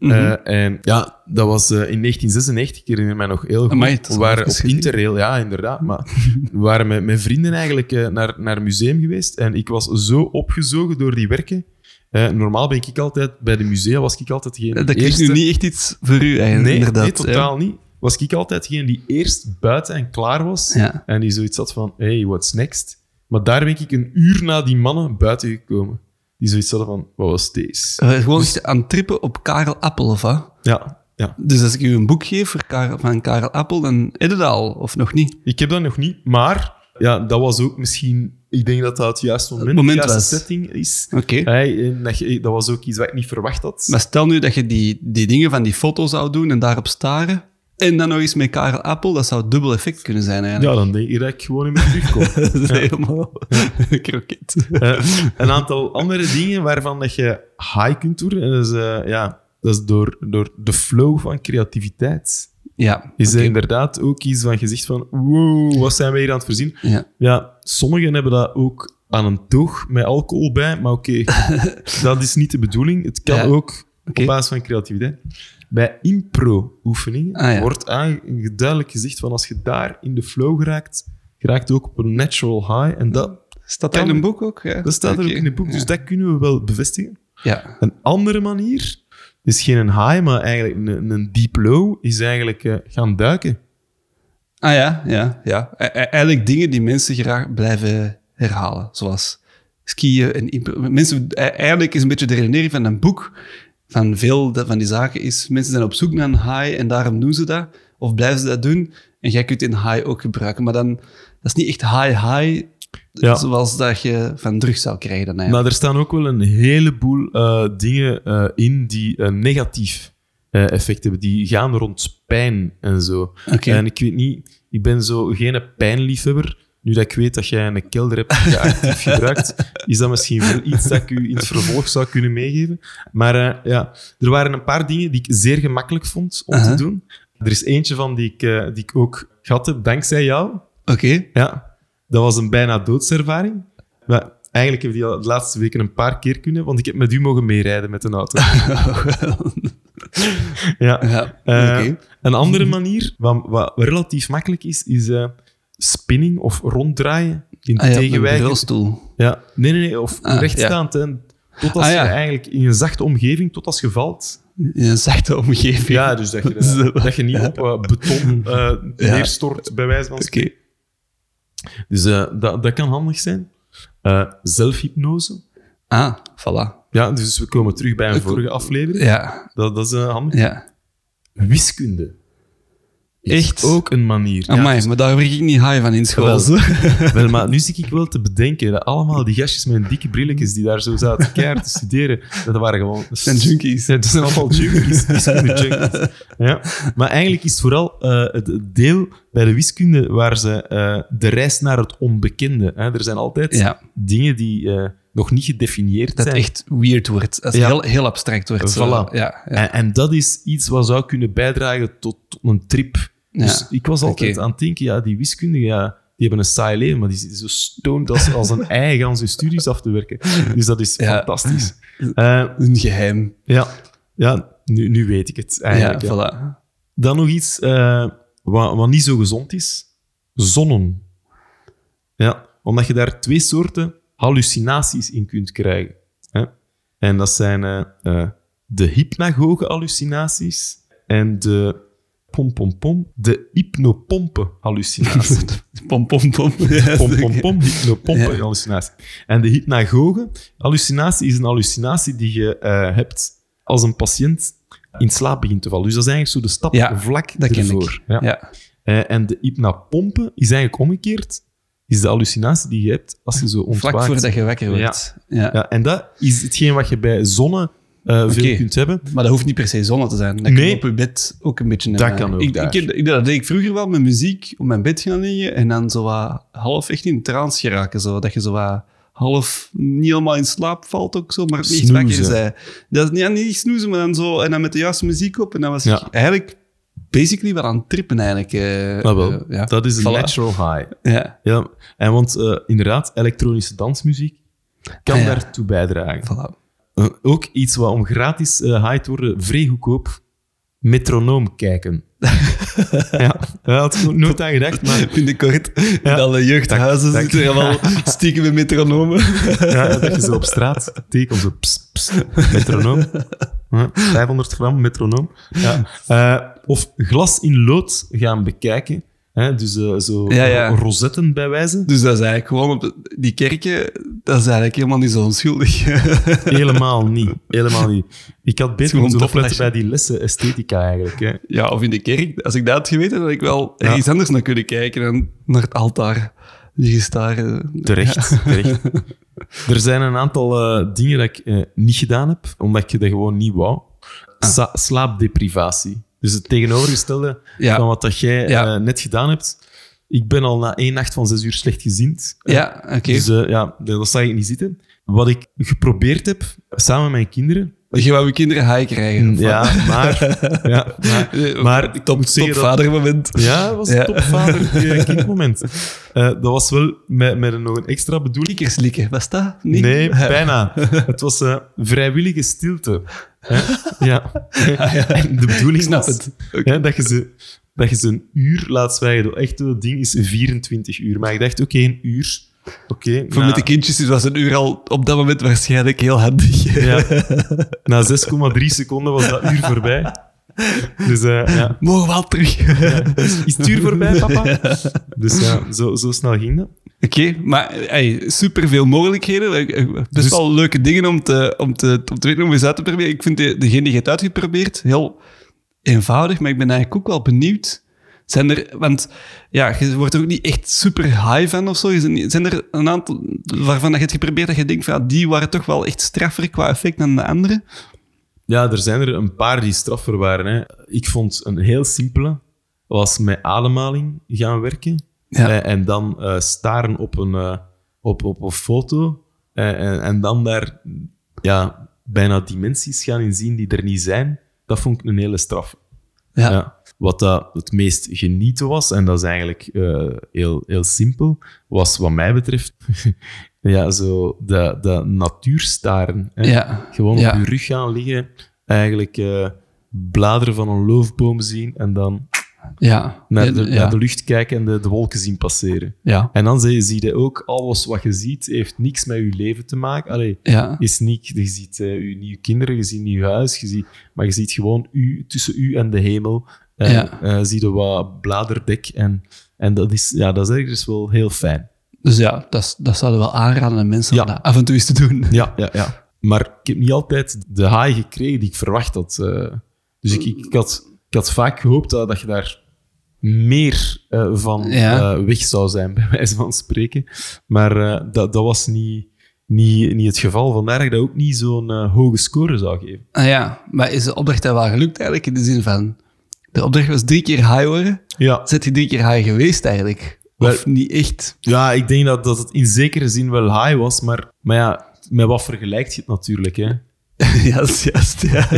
En ja, dat was in 1996, ik herinner mij nog heel goed. Amai, we waren op Interrail, ja, inderdaad. Maar we waren met vrienden eigenlijk naar het museum geweest. En ik was zo opgezogen door die werken. Normaal ben ik altijd, bij de musea was ik altijd degene dat klinkt nu niet echt iets voor u eigenlijk, inderdaad. Nee, totaal niet. Was ik altijd degene die eerst buiten en klaar was. Ja. En die zoiets had van, hey, what's next? Maar daar ben ik een uur na die mannen buiten gekomen. Die zoiets hadden van, wat was deze? Gewoon dus, aan het trippen op Karel Appel, of wat? Ja. Dus als ik u een boek geef van Karel Appel, dan heb je dat al, of nog niet? Ik heb dat nog niet, maar ja, dat was ook misschien... Ik denk dat dat het juiste moment de juiste was. setting is. Oké. Dat was ook iets wat ik niet verwacht had. Maar stel nu dat je die dingen van die foto zou doen en daarop staren, en dan nog eens met Karel Appel, dat zou dubbel effect kunnen zijn eigenlijk. Ja, dan denk ik dat ik gewoon in mijn terugkom. Dat is helemaal kroket. Een aantal andere dingen waarvan dat je high kunt doen, en dat is door de flow van creativiteit. Ja. Is er inderdaad ook iets van je zegt van, wow, wat zijn we hier aan het voorzien? Ja, sommigen hebben dat ook aan een toog met alcohol bij, maar oké, dat is niet de bedoeling. Het kan ook op basis van creativiteit. Bij impro-oefeningen wordt duidelijk gezegd van als je daar in de flow geraakt ook op een natural high. En dat staat dat in een boek ook? Ja. Dat staat er ook in het boek, dus dat kunnen we wel bevestigen. Ja. Een andere manier is geen high, maar eigenlijk een deep low, is eigenlijk gaan duiken. Ja. Eigenlijk dingen die mensen graag blijven herhalen, zoals skiën en impro. Mensen, eigenlijk is een beetje de redenering van een boek, van veel van die zaken, is mensen zijn op zoek naar een high en daarom doen ze dat, of blijven ze dat doen, en jij kunt een high ook gebruiken. Maar dan, dat is niet echt high, zoals dat je van drugs zou krijgen dan eigenlijk. Maar er staan ook wel een heleboel dingen in die negatief effect hebben. Die gaan rond pijn en zo. Okay. En ik weet niet, ik ben zo geen pijnliefhebber. Nu dat ik weet dat jij een kelder hebt die je actief gebruikt, is dat misschien wel iets dat ik u in het vervolg zou kunnen meegeven. Maar er waren een paar dingen die ik zeer gemakkelijk vond om te doen. Er is eentje van die ik ook gehad heb, dankzij jou. Oké. Ja, dat was een bijna doodservaring. Maar eigenlijk heb ik die al de laatste weken een paar keer kunnen, want ik heb met u mogen meerijden met een auto. Een andere maniar, wat relatief makkelijk is spinning of ronddraaien in tegenwijken. Een rolstoel. Ja, nee, of rechtstaand. Ja. Tot als je eigenlijk in een zachte omgeving, tot als je valt. In een zachte omgeving. Ja, dus dat je niet op beton neerstort, bij wijze van spreken. Dus dat kan handig zijn. Zelfhypnose. Ah, voilà. Ja, dus we komen terug bij een vorige aflevering. Ja. Dat is handig. Ja. Wiskunde. Is Echt? ook een manier. Amai, dus- maar daar word ik niet high van in school. Wel. zo. Wel, maar nu zit ik wel te bedenken dat allemaal die gastjes met hun dikke brilletjes die daar zo zaten keihard te studeren, dat waren gewoon... Dat zijn junkies. Ja, dat zijn allemaal junkies, wiskunde-junkies. Ja. Maar eigenlijk is vooral het deel bij de wiskunde waar ze de reis naar het onbekende... Hè. Er zijn altijd Ja. dingen die nog niet gedefinieerd Dat zijn. echt weird wordt. Dat het Ja. heel abstract wordt. Zo. Voilà. Ja, ja. En dat is iets wat zou kunnen bijdragen tot een trip. Ja. Dus ik was altijd Oké. aan het denken, ja, die wiskundigen, ja, die hebben een saai leven, maar die zitten zo stoned als een ei aan zijn studies af te werken. Dus dat is Ja. fantastisch. Een geheim. Ja, nu weet ik het eigenlijk. Ja, Ja. voilà. Dan nog iets wat niet zo gezond is. Zonnen. Ja, omdat je daar 2 soorten hallucinaties in kunt krijgen. Hè? En dat zijn de hypnagoge hallucinaties en de de hypnopompen hallucinatie. Pom, pom, pom. Ja, Pom, hypnopompen Ja. hallucinatie. En de hypnagoge hallucinatie is een hallucinatie die je hebt als een patiënt in slaap begint te vallen. Dus dat is eigenlijk zo de stap Ja, vlak dat ken ervoor. ik. Ja. Ja. En de hypnapompen is eigenlijk omgekeerd. Is de hallucinatie die je hebt als je zo ontwaakt. Vlak voordat je wakker wordt. Ja. Ja, en dat is hetgeen wat je bij zonne veel kunt hebben. Maar dat hoeft niet per se zonne te zijn. Dat kan Nee. op je bed ook een beetje... Dat kan ook Ik, daar. dat deed ik vroeger wel met muziek op mijn bed gaan liggen en dan zo wat half echt in trance geraken. Zo, dat je zo wat half niet helemaal in slaap valt ook zo, maar niet Snoezen. wakker zei. Dat is niet snoezen, maar dan zo... En dan met de juiste muziek op. En dan was ik Ja. eigenlijk basically wel aan het trippen eigenlijk. Maar wel, ja. dat is een Voilà. natural high. Ja, Ja, en want inderdaad, elektronische dansmuziek kan Ah, ja. daartoe bijdragen. voilà. Ook iets wat om gratis high te worden, vrij goedkoop, metronoom kijken. Ja, daar had ik nooit aan gedacht, maar Binnenkort in Ja. alle jeugdhuizen Dat- zitten er allemaal stiekem met metronomen. ja, dat je zo op straat tekent, zo pst, pst, metronoom. Ja, 500 gram metronoom. Ja. Of glas in lood gaan bekijken. Hè, dus zo Ja. rozetten bij wijze. Dus dat is eigenlijk gewoon op die kerken, dat is eigenlijk helemaal niet zo onschuldig. Helemaal niet. Helemaal niet. Ik had beter gewoon moeten een opletten topflesje. bij die lessen esthetica eigenlijk. Hè. Ja, of in de kerk. Als ik dat had geweten, had ik wel Ja. ergens anders naar kunnen kijken dan naar het altaar liggen staren. Terecht. Er zijn een aantal dingen dat ik niet gedaan heb, omdat ik dat gewoon niet wou. Slaapdeprivatie. Dus het tegenovergestelde Ja. van wat dat jij Ja. net gedaan hebt. Ik ben al na 1 nacht van 6 uur slechtgeziend. Ja, oké. Dus dat zag ik niet zitten. Wat ik geprobeerd heb, samen met mijn kinderen... Je wou je kinderen high krijgen. of Ja, wat? maar ik moet zeggen dat- Topvadermoment. Ja, dat was Ja. een topvader-kindmoment. Dat was wel met nog een extra bedoeling. Kiekerslikken, was dat? Niet? Nee, bijna. Het was vrijwillige stilte. Hè? Ja. En de bedoeling Ik snap was het. Oké. hè, dat je ze een uur laat zwijgen. Echt, het ding is 24 uur. Maar ik dacht, oké, een uur. Oké, Voor met de kindjes was een uur al op dat moment waarschijnlijk heel handig. ja, na 6,3 seconden was dat uur voorbij. Dus ja. Mogen we al terug. Is het uur voorbij, papa? Dus ja, zo snel ging dat. Oké, maar hey, superveel mogelijkheden. Best Dus- wel leuke dingen om te weten om eens uit te proberen. Ik vind degene die je hebt uitgeprobeerd heel eenvoudig, maar ik ben eigenlijk ook wel benieuwd. Zijn er, want ja, je wordt er ook niet echt super high van of zo. Zijn er een aantal waarvan je het geprobeerd dat je denkt van ja, die waren toch wel echt straffer qua effect dan de andere? Ja, er zijn er een paar die straffer waren. Hè. Ik vond een heel simpele, was met ademhaling gaan werken. Ja. En dan staren op een foto. En dan daar bijna dimensies gaan inzien die er niet zijn. Dat vond ik een hele straf. Ja. Ja. Wat dat het meest genieten was, en dat is eigenlijk heel, heel simpel, was wat mij betreft ja, zo de natuurstaren. Hè. Ja. Gewoon Ja. op je rug gaan liggen, eigenlijk bladeren van een loofboom zien en dan Ja. naar Ja. de lucht kijken en de wolken zien passeren. Ja. En dan zie je ook, alles wat je ziet, heeft niks met je leven te maken. Allee, Ja. is niet, je ziet je nieuwe kinderen, je ziet je huis, maar je ziet gewoon tussen u en de hemel. Ja. Zie je wat bladerdek en dat is ergens wel heel fijn. Dus ja, dat zouden we wel aanraden aan mensen om dat af en toe eens te doen. Ja. Maar ik heb niet altijd de haai gekregen die ik verwacht had. Dus ik had vaak gehoopt dat je daar meer van weg zou zijn, bij wijze van spreken. Maar dat was niet het geval. Vandaar dat ik dat ook niet zo'n hoge score zou geven. Ah ja, maar is de opdracht wel gelukt eigenlijk? In de zin van, de opdracht was 3 keer high worden. Ja. Zet je 3 keer high geweest eigenlijk? Of niet echt? Ja, ik denk dat het in zekere zin wel high was, maar ja, met wat vergelijkt je het natuurlijk, hè? Ja, dat is juist. Ja.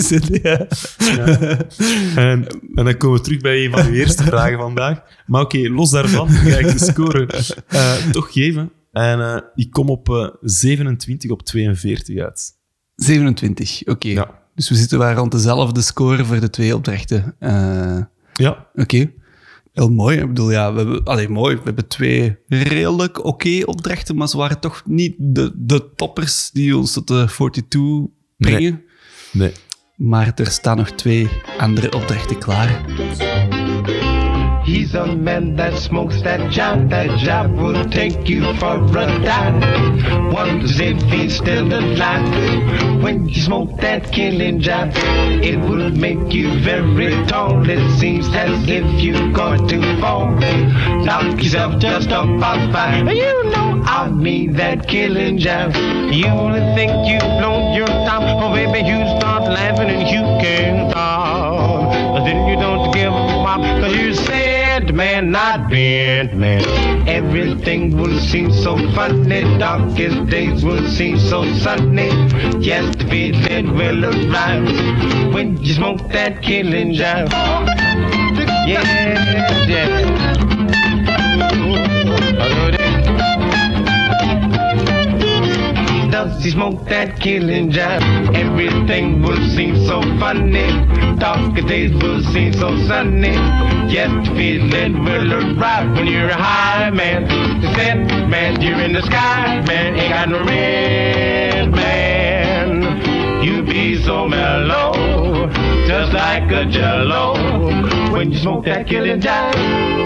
En dan komen we terug bij een van de eerste vragen vandaag. Maar oké, los daarvan ga ik de score toch geven. En ik kom op 27 op 42 uit. 27, oké. Ja. Dus we zitten wel rond dezelfde score voor de 2 opdrachten. Ja. Oké. Heel mooi. Ik bedoel, ja, we hebben 2 redelijk oké opdrachten, maar ze waren toch niet de toppers die ons tot de 42 brengen. Nee. Maar er staan nog 2 andere opdrachten klaar. He's a man that smokes that job will take you for a dive. Wonders if he's still alive. When you smoke that killing job, it will make you very tall. It seems as if you're going to fall. Knock yourself just about fine. You know I mean that killing job. You only think you've blown your top. Oh baby, you start laughing and you can't stop. But then you don't give up, cause you say man, not bent, man. Everything will seem so funny. Darkest days will seem so sunny. Yes, the feeling will arrive when you smoke that killing jive. Yeah. Does he smoke that killing jive? Everything will seem so funny. Darker days will seem so sunny. Yes, the feeling will arrive when you're a high man. The set man, you're in the sky, man. Ain't got no red, man. You be so mellow, just like a jello. When you smoke that killing jive.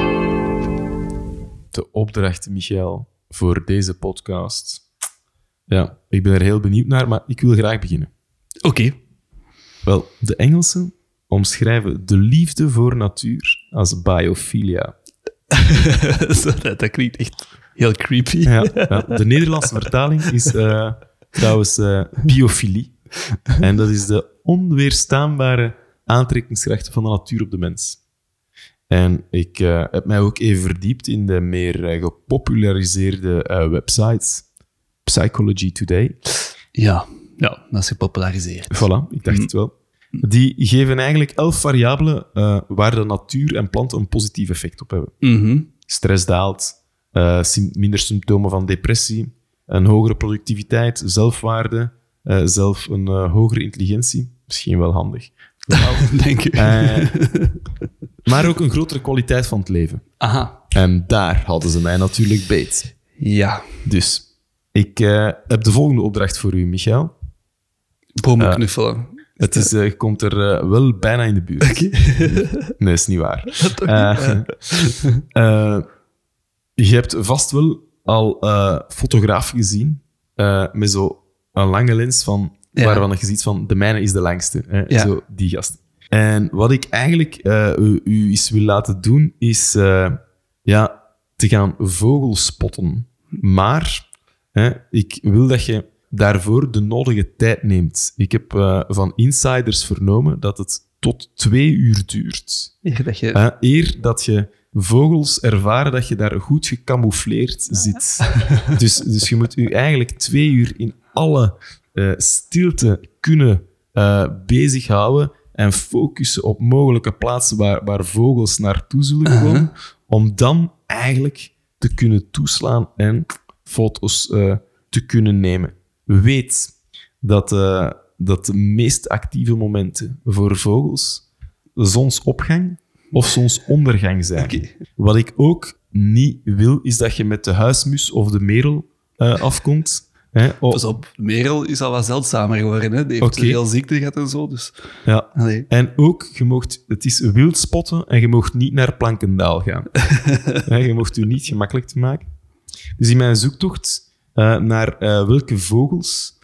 De opdracht, Michel, voor deze podcast. Ja, ik ben er heel benieuwd naar, maar ik wil graag beginnen. Oké. Wel, de Engelsen omschrijven de liefde voor natuur als biophilia. Dat klinkt echt heel creepy. Ja, de Nederlandse vertaling is trouwens biofilie. En dat is de onweerstaanbare aantrekkingskracht van de natuur op de mens. En ik heb mij ook even verdiept in de meer gepopulariseerde websites. Psychology Today. Ja, dat is gepopulariseerd. Voilà, ik dacht het wel. Die geven eigenlijk 11 variabelen waar de natuur en planten een positief effect op hebben. Mm-hmm. Stress daalt, minder symptomen van depressie, een hogere productiviteit, zelfwaarde, zelf een hogere intelligentie. Misschien wel handig. Denk ik. Maar ook een grotere kwaliteit van het leven. Aha. En daar hadden ze mij natuurlijk beet. Ja. Dus ik heb de volgende opdracht voor u, Michel. Bomen knuffelen. Het is, komt er wel bijna in de buurt. Okay. Nee, is niet waar. Je hebt vast wel al fotografen gezien met zo een lange lens van, waarvan je ziet van de mijne is de langste. Hè? Ja. Zo, die gast. En wat ik eigenlijk u eens wil laten doen, is te gaan vogelspotten. Maar ik wil dat je daarvoor de nodige tijd neemt. Ik heb van insiders vernomen dat het tot 2 uur duurt. Eer dat je vogels ervaren dat je daar goed gecamoufleerd zit. Dus je moet je eigenlijk 2 uur in alle stilte kunnen bezighouden en focussen op mogelijke plaatsen waar vogels naartoe zullen komen, om dan eigenlijk te kunnen toeslaan en foto's te kunnen nemen. Weet dat de meest actieve momenten voor vogels zonsopgang of zonsondergang zijn. Okay. Wat ik ook niet wil, is dat je met de huismus of de merel afkomt. Pas op, merel is al wat zeldzamer geworden. Hè? Die heeft veel ziekte gehad en zo. Dus. Ja. Allee. En ook, het is wild spotten en je mocht niet naar Plankendaal gaan. Je mocht u niet gemakkelijk te maken. Dus in mijn zoektocht naar welke vogels...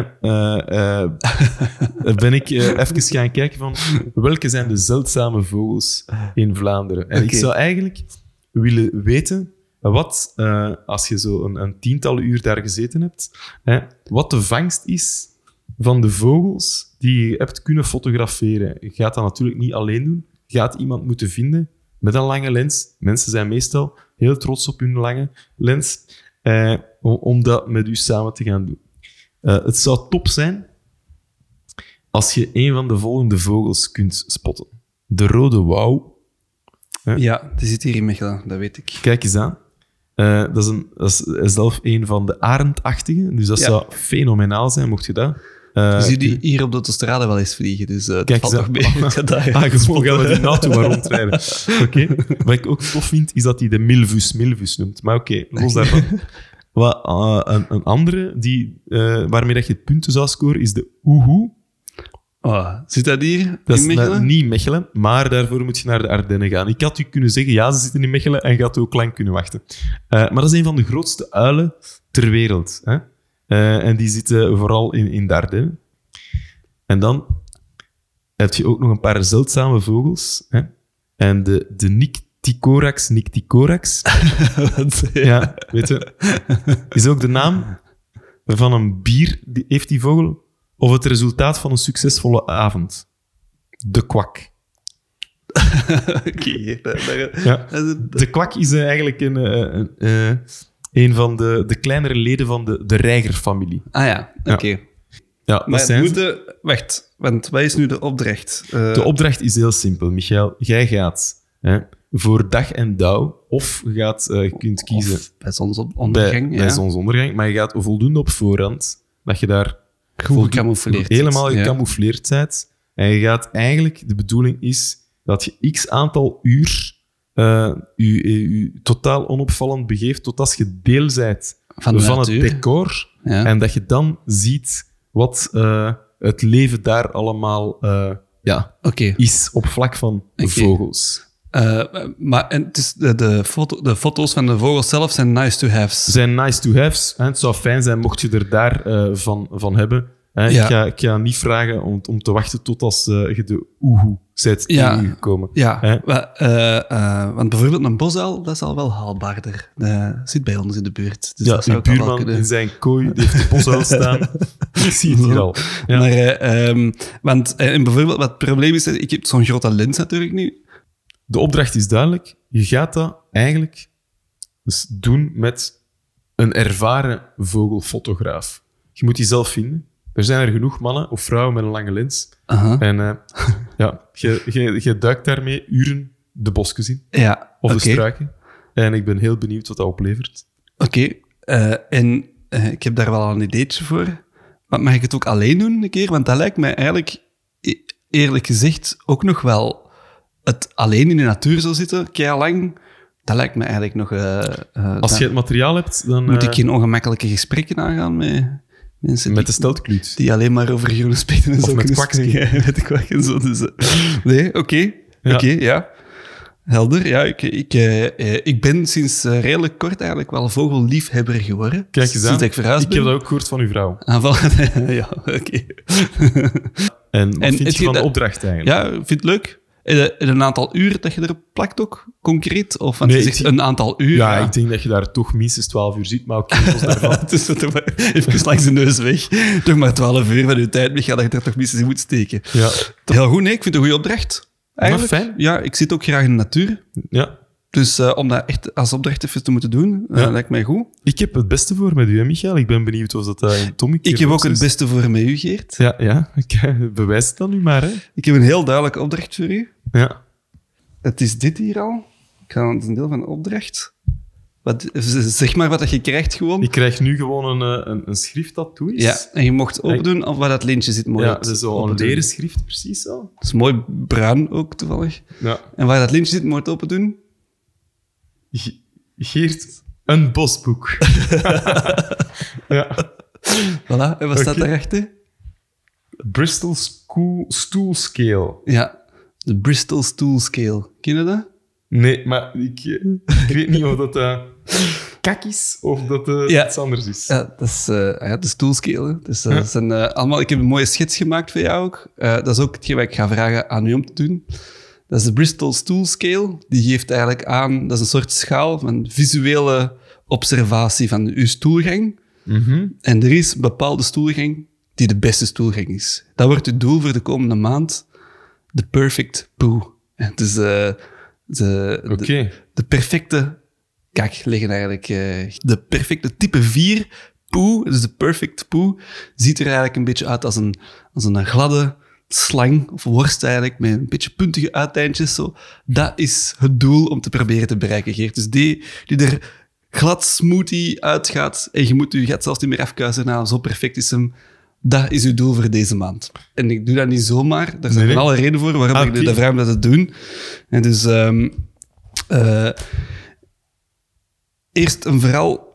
ben ik even gaan kijken van welke zijn de zeldzame vogels in Vlaanderen. En ik zou eigenlijk willen weten wat, als je zo een tientallen uur daar gezeten hebt, wat de vangst is van de vogels die je hebt kunnen fotograferen. Je gaat dat natuurlijk niet alleen doen. Je gaat iemand moeten vinden met een lange lens. Mensen zijn meestal heel trots op hun lange lens om dat met u samen te gaan doen. Het zou top zijn als je een van de volgende vogels kunt spotten. De rode wouw. Ja, die zit hier in Mechelen, dat weet ik. Kijk eens aan. Dat is zelf een van de arendachtige, dus dat zou fenomenaal zijn, mocht je dat... je ziet die hier op de autostrade wel eens vliegen, dus dat kijk valt nog mee. Gewoon gaan we die auto maar rondrijden. Oké. Wat ik ook tof vind, is dat hij de Milvus noemt. Maar oké, los daarvan. Een andere waarmee dat je het punten zou scoren, is de oehoe. Oh, zit dat hier Dat in is Mechelen? niet Mechelen, maar daarvoor moet je naar de Ardennen gaan. Ik had u kunnen zeggen, ja, ze zitten in Mechelen en je had ook lang kunnen wachten. Maar dat is een van de grootste uilen ter wereld. Hè? En die zitten vooral in de Ardennen. En dan heb je ook nog een paar zeldzame vogels. Hè? En de Nycticorax. Ja, weet je. Is ook de naam van een bier, heeft die vogel, of het resultaat van een succesvolle avond. De kwak. Oké. Ja. De kwak is eigenlijk een van de kleinere leden van de reigerfamilie. Ah ja, oké. Ja, Maar wacht, want wat is nu de opdracht? De opdracht is heel simpel, Michael. Jij gaat voor dag en dauw, of je kunt kiezen... Of bij zonsondergang. Bij zonsondergang, maar je gaat voldoende op voorhand, dat je daar helemaal gecamoufleerd bent. En je gaat eigenlijk, de bedoeling is dat je x aantal uur je totaal onopvallend begeeft, tot als je deel bent van het decor. Ja. En dat je dan ziet wat het leven daar allemaal is op vlak van vogels. Maar het is de foto's van de vogels zelf zijn nice to have's. Zijn nice to have's. Het zou fijn zijn mocht je er daar van hebben. Ik ga niet vragen om te wachten tot als je de oehoe bent tegengekomen. Ja, want bijvoorbeeld een bosuil, dat is al wel haalbaarder. Dat zit bij ons in de buurt. Dus dat zou uw buurman in zijn kooi, die heeft de bosuil staan. Ik zie het hier al. Ja. Maar, en bijvoorbeeld, wat het probleem is, ik heb zo'n grote lens natuurlijk nu. De opdracht is duidelijk. Je gaat dat eigenlijk dus doen met een ervaren vogelfotograaf. Je moet die zelf vinden. Er zijn er genoeg mannen of vrouwen met een lange lens. En je duikt daarmee uren de bosjes in. Ja, of de struiken. En ik ben heel benieuwd wat dat oplevert. Oké. En ik heb daar wel een ideetje voor. Maar mag ik het ook alleen doen een keer? Want dat lijkt mij eigenlijk, eerlijk gezegd, ook nog wel... Het alleen in de natuur zo zitten, lang, dat lijkt me eigenlijk nog... Als je het materiaal hebt, dan... Moet ik geen ongemakkelijke gesprekken aangaan met mensen... Met de steltkluut. Die alleen maar over groene speten en of zo met kwakje. Met de kwak en zo. Dus, nee, oké. Ja. Helder. Ja, ik ben sinds redelijk kort eigenlijk wel vogelliefhebber geworden. Kijk eens aan. Ik verhuisd ben. Heb dat ook gehoord van uw vrouw. Ja, oké. En wat vind je van de opdracht eigenlijk? Ja, ik vind het leuk. Een aantal uur dat je erop plakt ook, concreet? Of nee, je zegt een aantal uur? Ja, ik denk dat je daar toch minstens 12 uur zit, maar oké, los daarvan. Dus toch maar even langs de neus weg. Toch maar 12 uur van je tijd, Micha, dat je er toch minstens in moet steken. Ja. Heel goed, nee, ik vind het een goede opdracht. Eigenlijk. Fijn. Ja, ik zit ook graag in de natuur. Ja. Dus om dat echt als opdracht even te moeten doen, lijkt mij goed. Ik heb het beste voor met u, hè, Michael. Ik ben benieuwd of dat in Tom... Ik heb ook het beste voor met u, Geert. Ja. Bewijs het dan nu maar, hè. Ik heb een heel duidelijke opdracht voor u. Ja. Het is dit hier al. Het is een deel van de opdracht. Zeg maar wat je krijgt gewoon. Ik krijg nu gewoon een schrift dat toe is. Ja, en je mocht opendoen of waar dat lintje zit. Mooi ja, dat is zo'n leren schrift, precies zo. Het is mooi bruin ook, toevallig. Ja. En waar dat lintje zit, moet je het opendoen. Geert, een bosboek. Ja. Voilà, en wat staat daarachter? Bristol Stool Scale. Ja, de Bristol Stool Scale. Ken je dat? Nee, maar ik weet niet of dat... kak is of dat het Ja. iets anders is. Ja, dat is de stoolscale. Dus, dat zijn, allemaal, ik heb een mooie schets gemaakt voor jou ook. Dat is ook hetgeen wat ik ga vragen aan u om te doen. Dat is de Bristol Stool Scale. Die geeft eigenlijk aan... Dat is een soort schaal van visuele observatie van uw stoelgang. En er is een bepaalde stoelgang die de beste stoelgang is. Dat wordt uw doel voor de komende maand. De perfect poo. Het is de perfecte kak liggen eigenlijk. De perfecte type 4 poe, dus de perfect poe, ziet er eigenlijk een beetje uit als een gladde slang of worst eigenlijk, met een beetje puntige uiteindjes. Zo. Dat is het doel om te proberen te bereiken, Geert. Dus die er glad smoothie uitgaat en je moet je gat zelfs niet meer afkuisen. Nou, zo perfect is hem. Dat is uw doel voor deze maand. En ik doe dat niet zomaar. Daar zijn alle redenen voor waarom ik de vraag om dat te doen. En dus... eerst en vooral,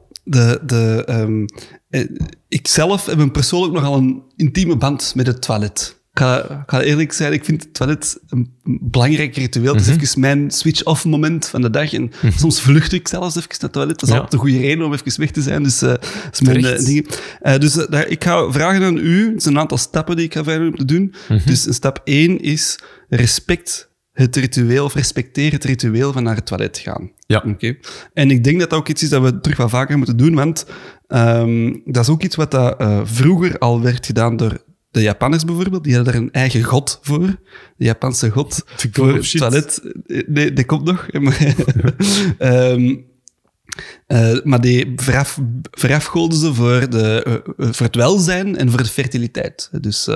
ik zelf heb een persoonlijk nogal een intieme band met het toilet. Ik ga eerlijk zijn, ik vind het toilet een belangrijk ritueel. Het is even mijn switch-off moment van de dag. En soms vlucht ik zelfs even naar het toilet. Dat is altijd een goede reden om even weg te zijn. Dus dat is mijn dingen. Ik ga vragen aan u, het zijn een aantal stappen die ik ga vragen om te doen. Dus stap 1 is respecteer het ritueel van naar het toilet gaan. Ja. Okay. En ik denk dat dat ook iets is dat we terug wat vaker moeten doen, want dat is ook iets wat vroeger al werd gedaan door de Japanners bijvoorbeeld. Die hadden daar een eigen god voor. De Japanse god voor het toilet. Nee, dat komt nog. Maar die verafgoden ze voor het welzijn en voor de fertiliteit. Dus,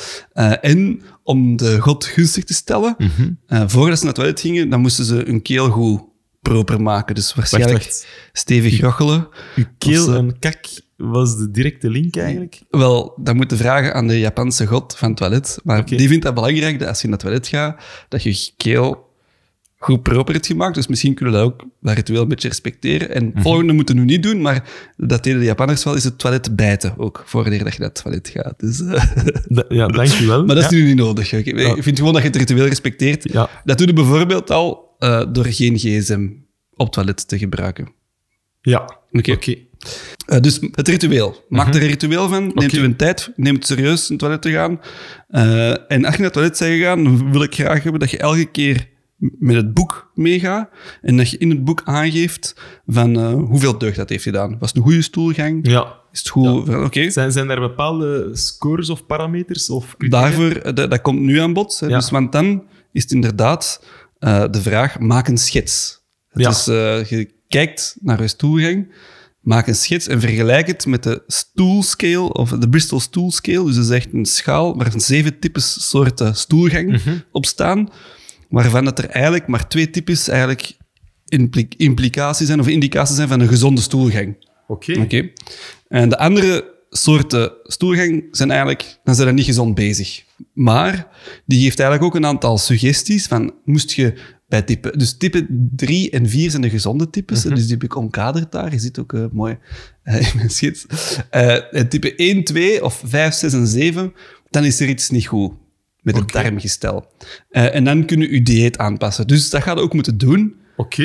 en om de god gunstig te stellen, voordat ze naar het toilet gingen, dan moesten ze hun keel goed proper maken. Dus waarschijnlijk stevig rochelen. Uw keel en kak was de directe link eigenlijk? Wel, dat moet je vragen aan de Japanse god van het toilet. Maar die vindt dat belangrijk, dat als je naar het toilet gaat, dat je keel goed proper hebt gemaakt. Dus misschien kunnen we dat ook dat ritueel een beetje respecteren. En volgende moeten we nu niet doen, maar dat deden de Japanners wel, is het toilet bijten ook, voordat je naar het toilet gaat. Dus, ja, dankjewel. Maar dat is nu niet nodig. Ik vind gewoon dat je het ritueel respecteert. Ja. Dat doe je bijvoorbeeld al door geen gsm op het toilet te gebruiken. Ja, oké. Dus het ritueel. Maak er een ritueel van. Neemt u een tijd. Neem het serieus naar het toilet te gaan. En als je naar het toilet bent gegaan, dan wil ik graag hebben dat je elke keer met het boek meegaat en dat je in het boek aangeeft van hoeveel deugd dat heeft gedaan. Was het een goede stoelgang? Ja. Is het goed? Ja. Okay. Zijn er bepaalde scores of parameters? Of criteria? Daarvoor, dat komt nu aan bod. Hè. Ja. Dus, want dan is het inderdaad de vraag, maak een schets. Dus je kijkt naar je stoelgang, maak een schets en vergelijk het met de stool scale, of de Bristol Stool Scale. Dus dat is echt een schaal waar 7 types soorten stoelgang op staan, waarvan dat er eigenlijk maar 2 types eigenlijk implicaties zijn of indicaties zijn van een gezonde stoelgang. Oké. En de andere soorten stoelgang zijn eigenlijk, dan zijn niet gezond bezig. Maar die geeft eigenlijk ook een aantal suggesties van, moest je bij type... Dus type 3 en 4 zijn de gezonde types, dus die heb ik omkaderd daar. Je ziet ook mooi in mijn schets. Type 1, 2 of 5, 6 en 7, dan is er iets niet goed met het darmgestel. En dan kun je je dieet aanpassen. Dus dat gaat je ook moeten doen.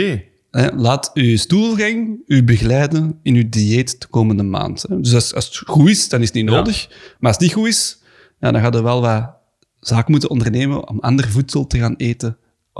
Laat uw stoelgang u begeleiden in uw dieet de komende maand. Dus als het goed is, dan is het niet nodig. Maar als het niet goed is, dan ga je wel wat zaken moeten ondernemen om ander voedsel te gaan eten.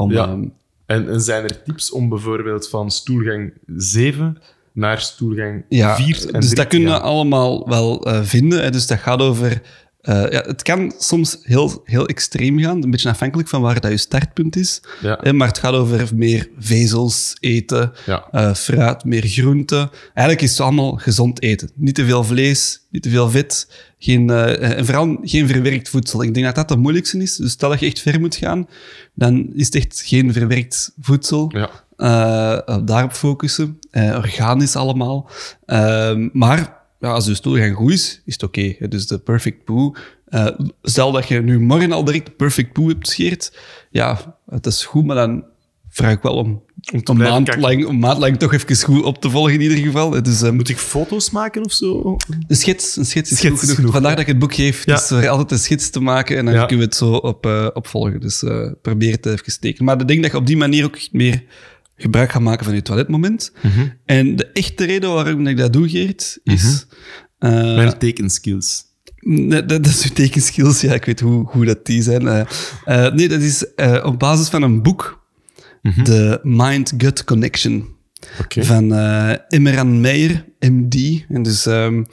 En zijn er tips om bijvoorbeeld van stoelgang 7 naar stoelgang 4 en 3 dus dat kun je allemaal wel vinden. Dus dat gaat over... het kan soms heel extreem gaan, een beetje afhankelijk van waar dat je startpunt is. Maar het gaat over meer vezels eten, fruit, meer groenten. Eigenlijk is het allemaal gezond eten. Niet te veel vlees, niet te veel vet, en vooral geen verwerkt voedsel. Ik denk dat dat het moeilijkste is. Dus stel dat je echt ver moet gaan, dan is het echt geen verwerkt voedsel. Daarop focussen. Organisch allemaal. Maar... als je stoelgang goed is, is het oké. Dus de perfect poo. Stel dat je nu morgen al direct de perfect poo hebt gescheerd. Ja, het is goed, maar dan vraag ik wel om een maand lang toch even goed op te volgen in ieder geval. Dus, moet ik foto's maken of zo? Een schets is goed genoeg. Vandaar dat ik het boek geef. Dus er altijd een schets te maken en dan kunnen we het zo op volgen. Dus probeer het even te steken. Maar ik denk dat je op die manier ook meer gebruik gaan maken van je toiletmoment. En de echte reden waarom ik dat doe, Geert, is... Mijn tekenskills. Nee, dat is uw tekenskills, ja, ik weet hoe dat die zijn. Nee, dat is op basis van een boek, The Mind-Gut Connection, van Imran Meijer, MD. En dus...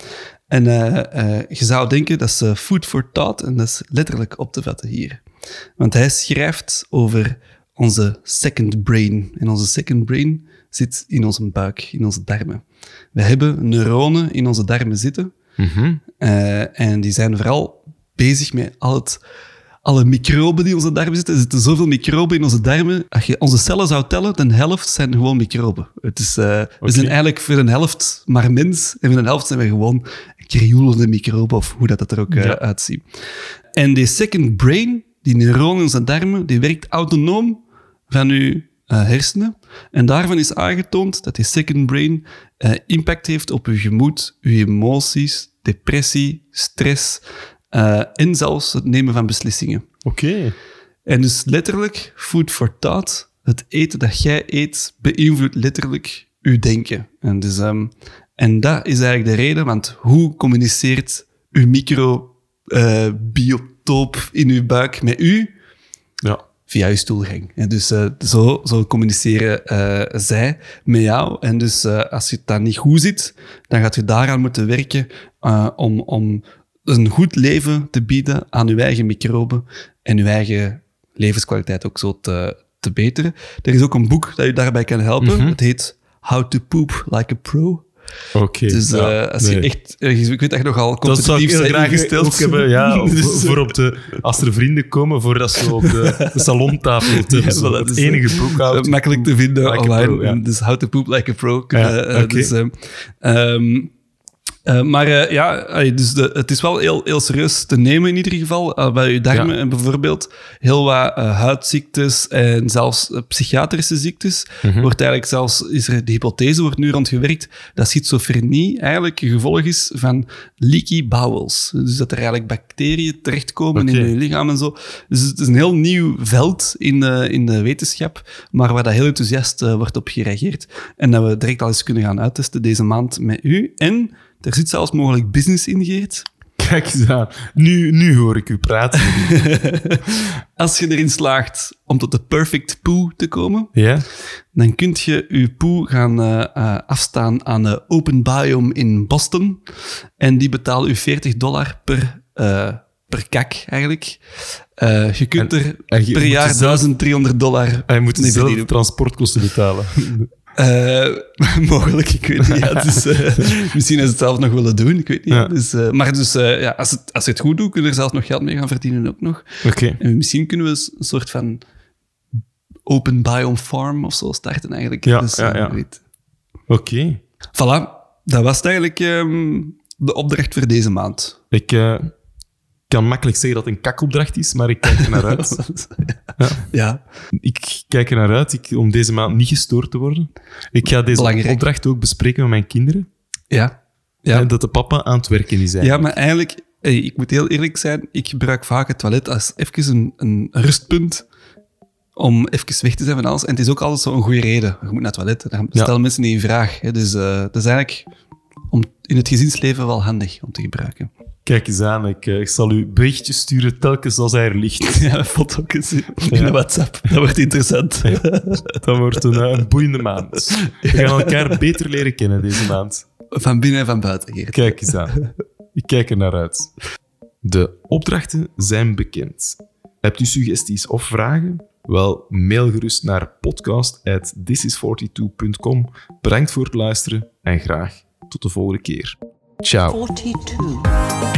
je zou denken, dat is food for thought, en dat is letterlijk op te vatten hier. Want hij schrijft over onze second brain. En onze second brain zit in onze buik, in onze darmen. We hebben neuronen in onze darmen zitten. En die zijn vooral bezig met alle microben die in onze darmen zitten. Er zitten zoveel microben in onze darmen. Als je onze cellen zou tellen, de helft zijn gewoon microben. Het is, we zijn eigenlijk voor de helft maar mens, en voor de helft zijn we gewoon krioelende microben, of hoe dat er ook uitziet. En die second brain, die neuronen in onze darmen, die werkt autonoom van uw hersenen. En daarvan is aangetoond dat die second brain impact heeft op uw gemoed, uw emoties, depressie, stress en zelfs het nemen van beslissingen. En dus letterlijk, food for thought, het eten dat jij eet, beïnvloedt letterlijk uw denken. En, dus, en dat is eigenlijk de reden, want hoe communiceert uw microbiotoop in uw buik met u? Ja. Via je stoelgang. En dus zo communiceren zij met jou. En dus als je dat niet goed zit, dan gaat je daaraan moeten werken om een goed leven te bieden aan je eigen microben en je eigen levenskwaliteit ook zo te beteren. Er is ook een boek dat je daarbij kan helpen. Het heet How to Poop Like a Pro. Dus als je echt... Ik weet dat je nogal competitief bent ingesteld. Ook hebben, als er vrienden komen, voordat ze op de salontafel te het enige boek houden. Makkelijk te vinden like online. Pro, ja. Dus How to Poop Like a Pro. Dus het is wel heel serieus te nemen in ieder geval. Bij je darmen en bijvoorbeeld heel wat huidziektes en zelfs psychiatrische ziektes. Wordt eigenlijk is er de hypothese wordt nu rondgewerkt dat schizofrenie eigenlijk een gevolg is van leaky bowels. Dus dat er eigenlijk bacteriën terechtkomen in je lichaam en zo. Dus het is een heel nieuw veld in de wetenschap, maar waar dat heel enthousiast wordt op gereageerd. En dat we direct al eens kunnen gaan uittesten deze maand met u. En er zit zelfs mogelijk business in, Geert. Kijk eens aan. Nu hoor ik u praten. Als je erin slaagt om tot de perfect poo te komen, Ja? dan kun je je poo gaan afstaan aan de Open Biome in Boston. En die betalen u $40 per kak, eigenlijk. Je kunt er per jaar $1.300 En je moet mee zelf verdienen. transportkosten betalen. Mogelijk, ik weet niet. Ja, dus, misschien is het zelf nog willen doen, ik weet niet. Ja. Dus, als je het goed doet, kun je er zelfs nog geld mee gaan verdienen ook nog. En misschien kunnen we een soort van Open Biome Farm of zo starten eigenlijk. Ja, Dus, weet. Voilà, dat was het eigenlijk de opdracht voor deze maand. Ik kan makkelijk zeggen dat het een kakopdracht is, maar ik kijk er naar uit. Ja. Ik kijk er naar uit om deze maand niet gestoord te worden. Ik ga deze Belangrijk. opdracht ook bespreken met mijn kinderen. Ja. En dat de papa aan het werken is eigenlijk. Ja, maar eigenlijk, ik moet heel eerlijk zijn, ik gebruik vaak het toilet als even een rustpunt om even weg te zijn van alles. En het is ook altijd zo'n goede reden. Je moet naar het toilet, dan stellen mensen niet in vraag. Hè. Dus dat is eigenlijk in het gezinsleven wel handig om te gebruiken. Kijk eens aan, ik zal u berichtjes sturen telkens als hij er ligt. Ja, foto's in de WhatsApp. Dat wordt interessant. Ja, dat wordt een boeiende maand. We gaan elkaar beter leren kennen deze maand. Van binnen en van buiten, Geert. Kijk eens aan. Ik kijk er naar uit. De opdrachten zijn bekend. Hebt u suggesties of vragen? Wel, mail gerust naar podcast@thisis42.com. Bedankt voor het luisteren en graag tot de volgende keer. Ciao. 42.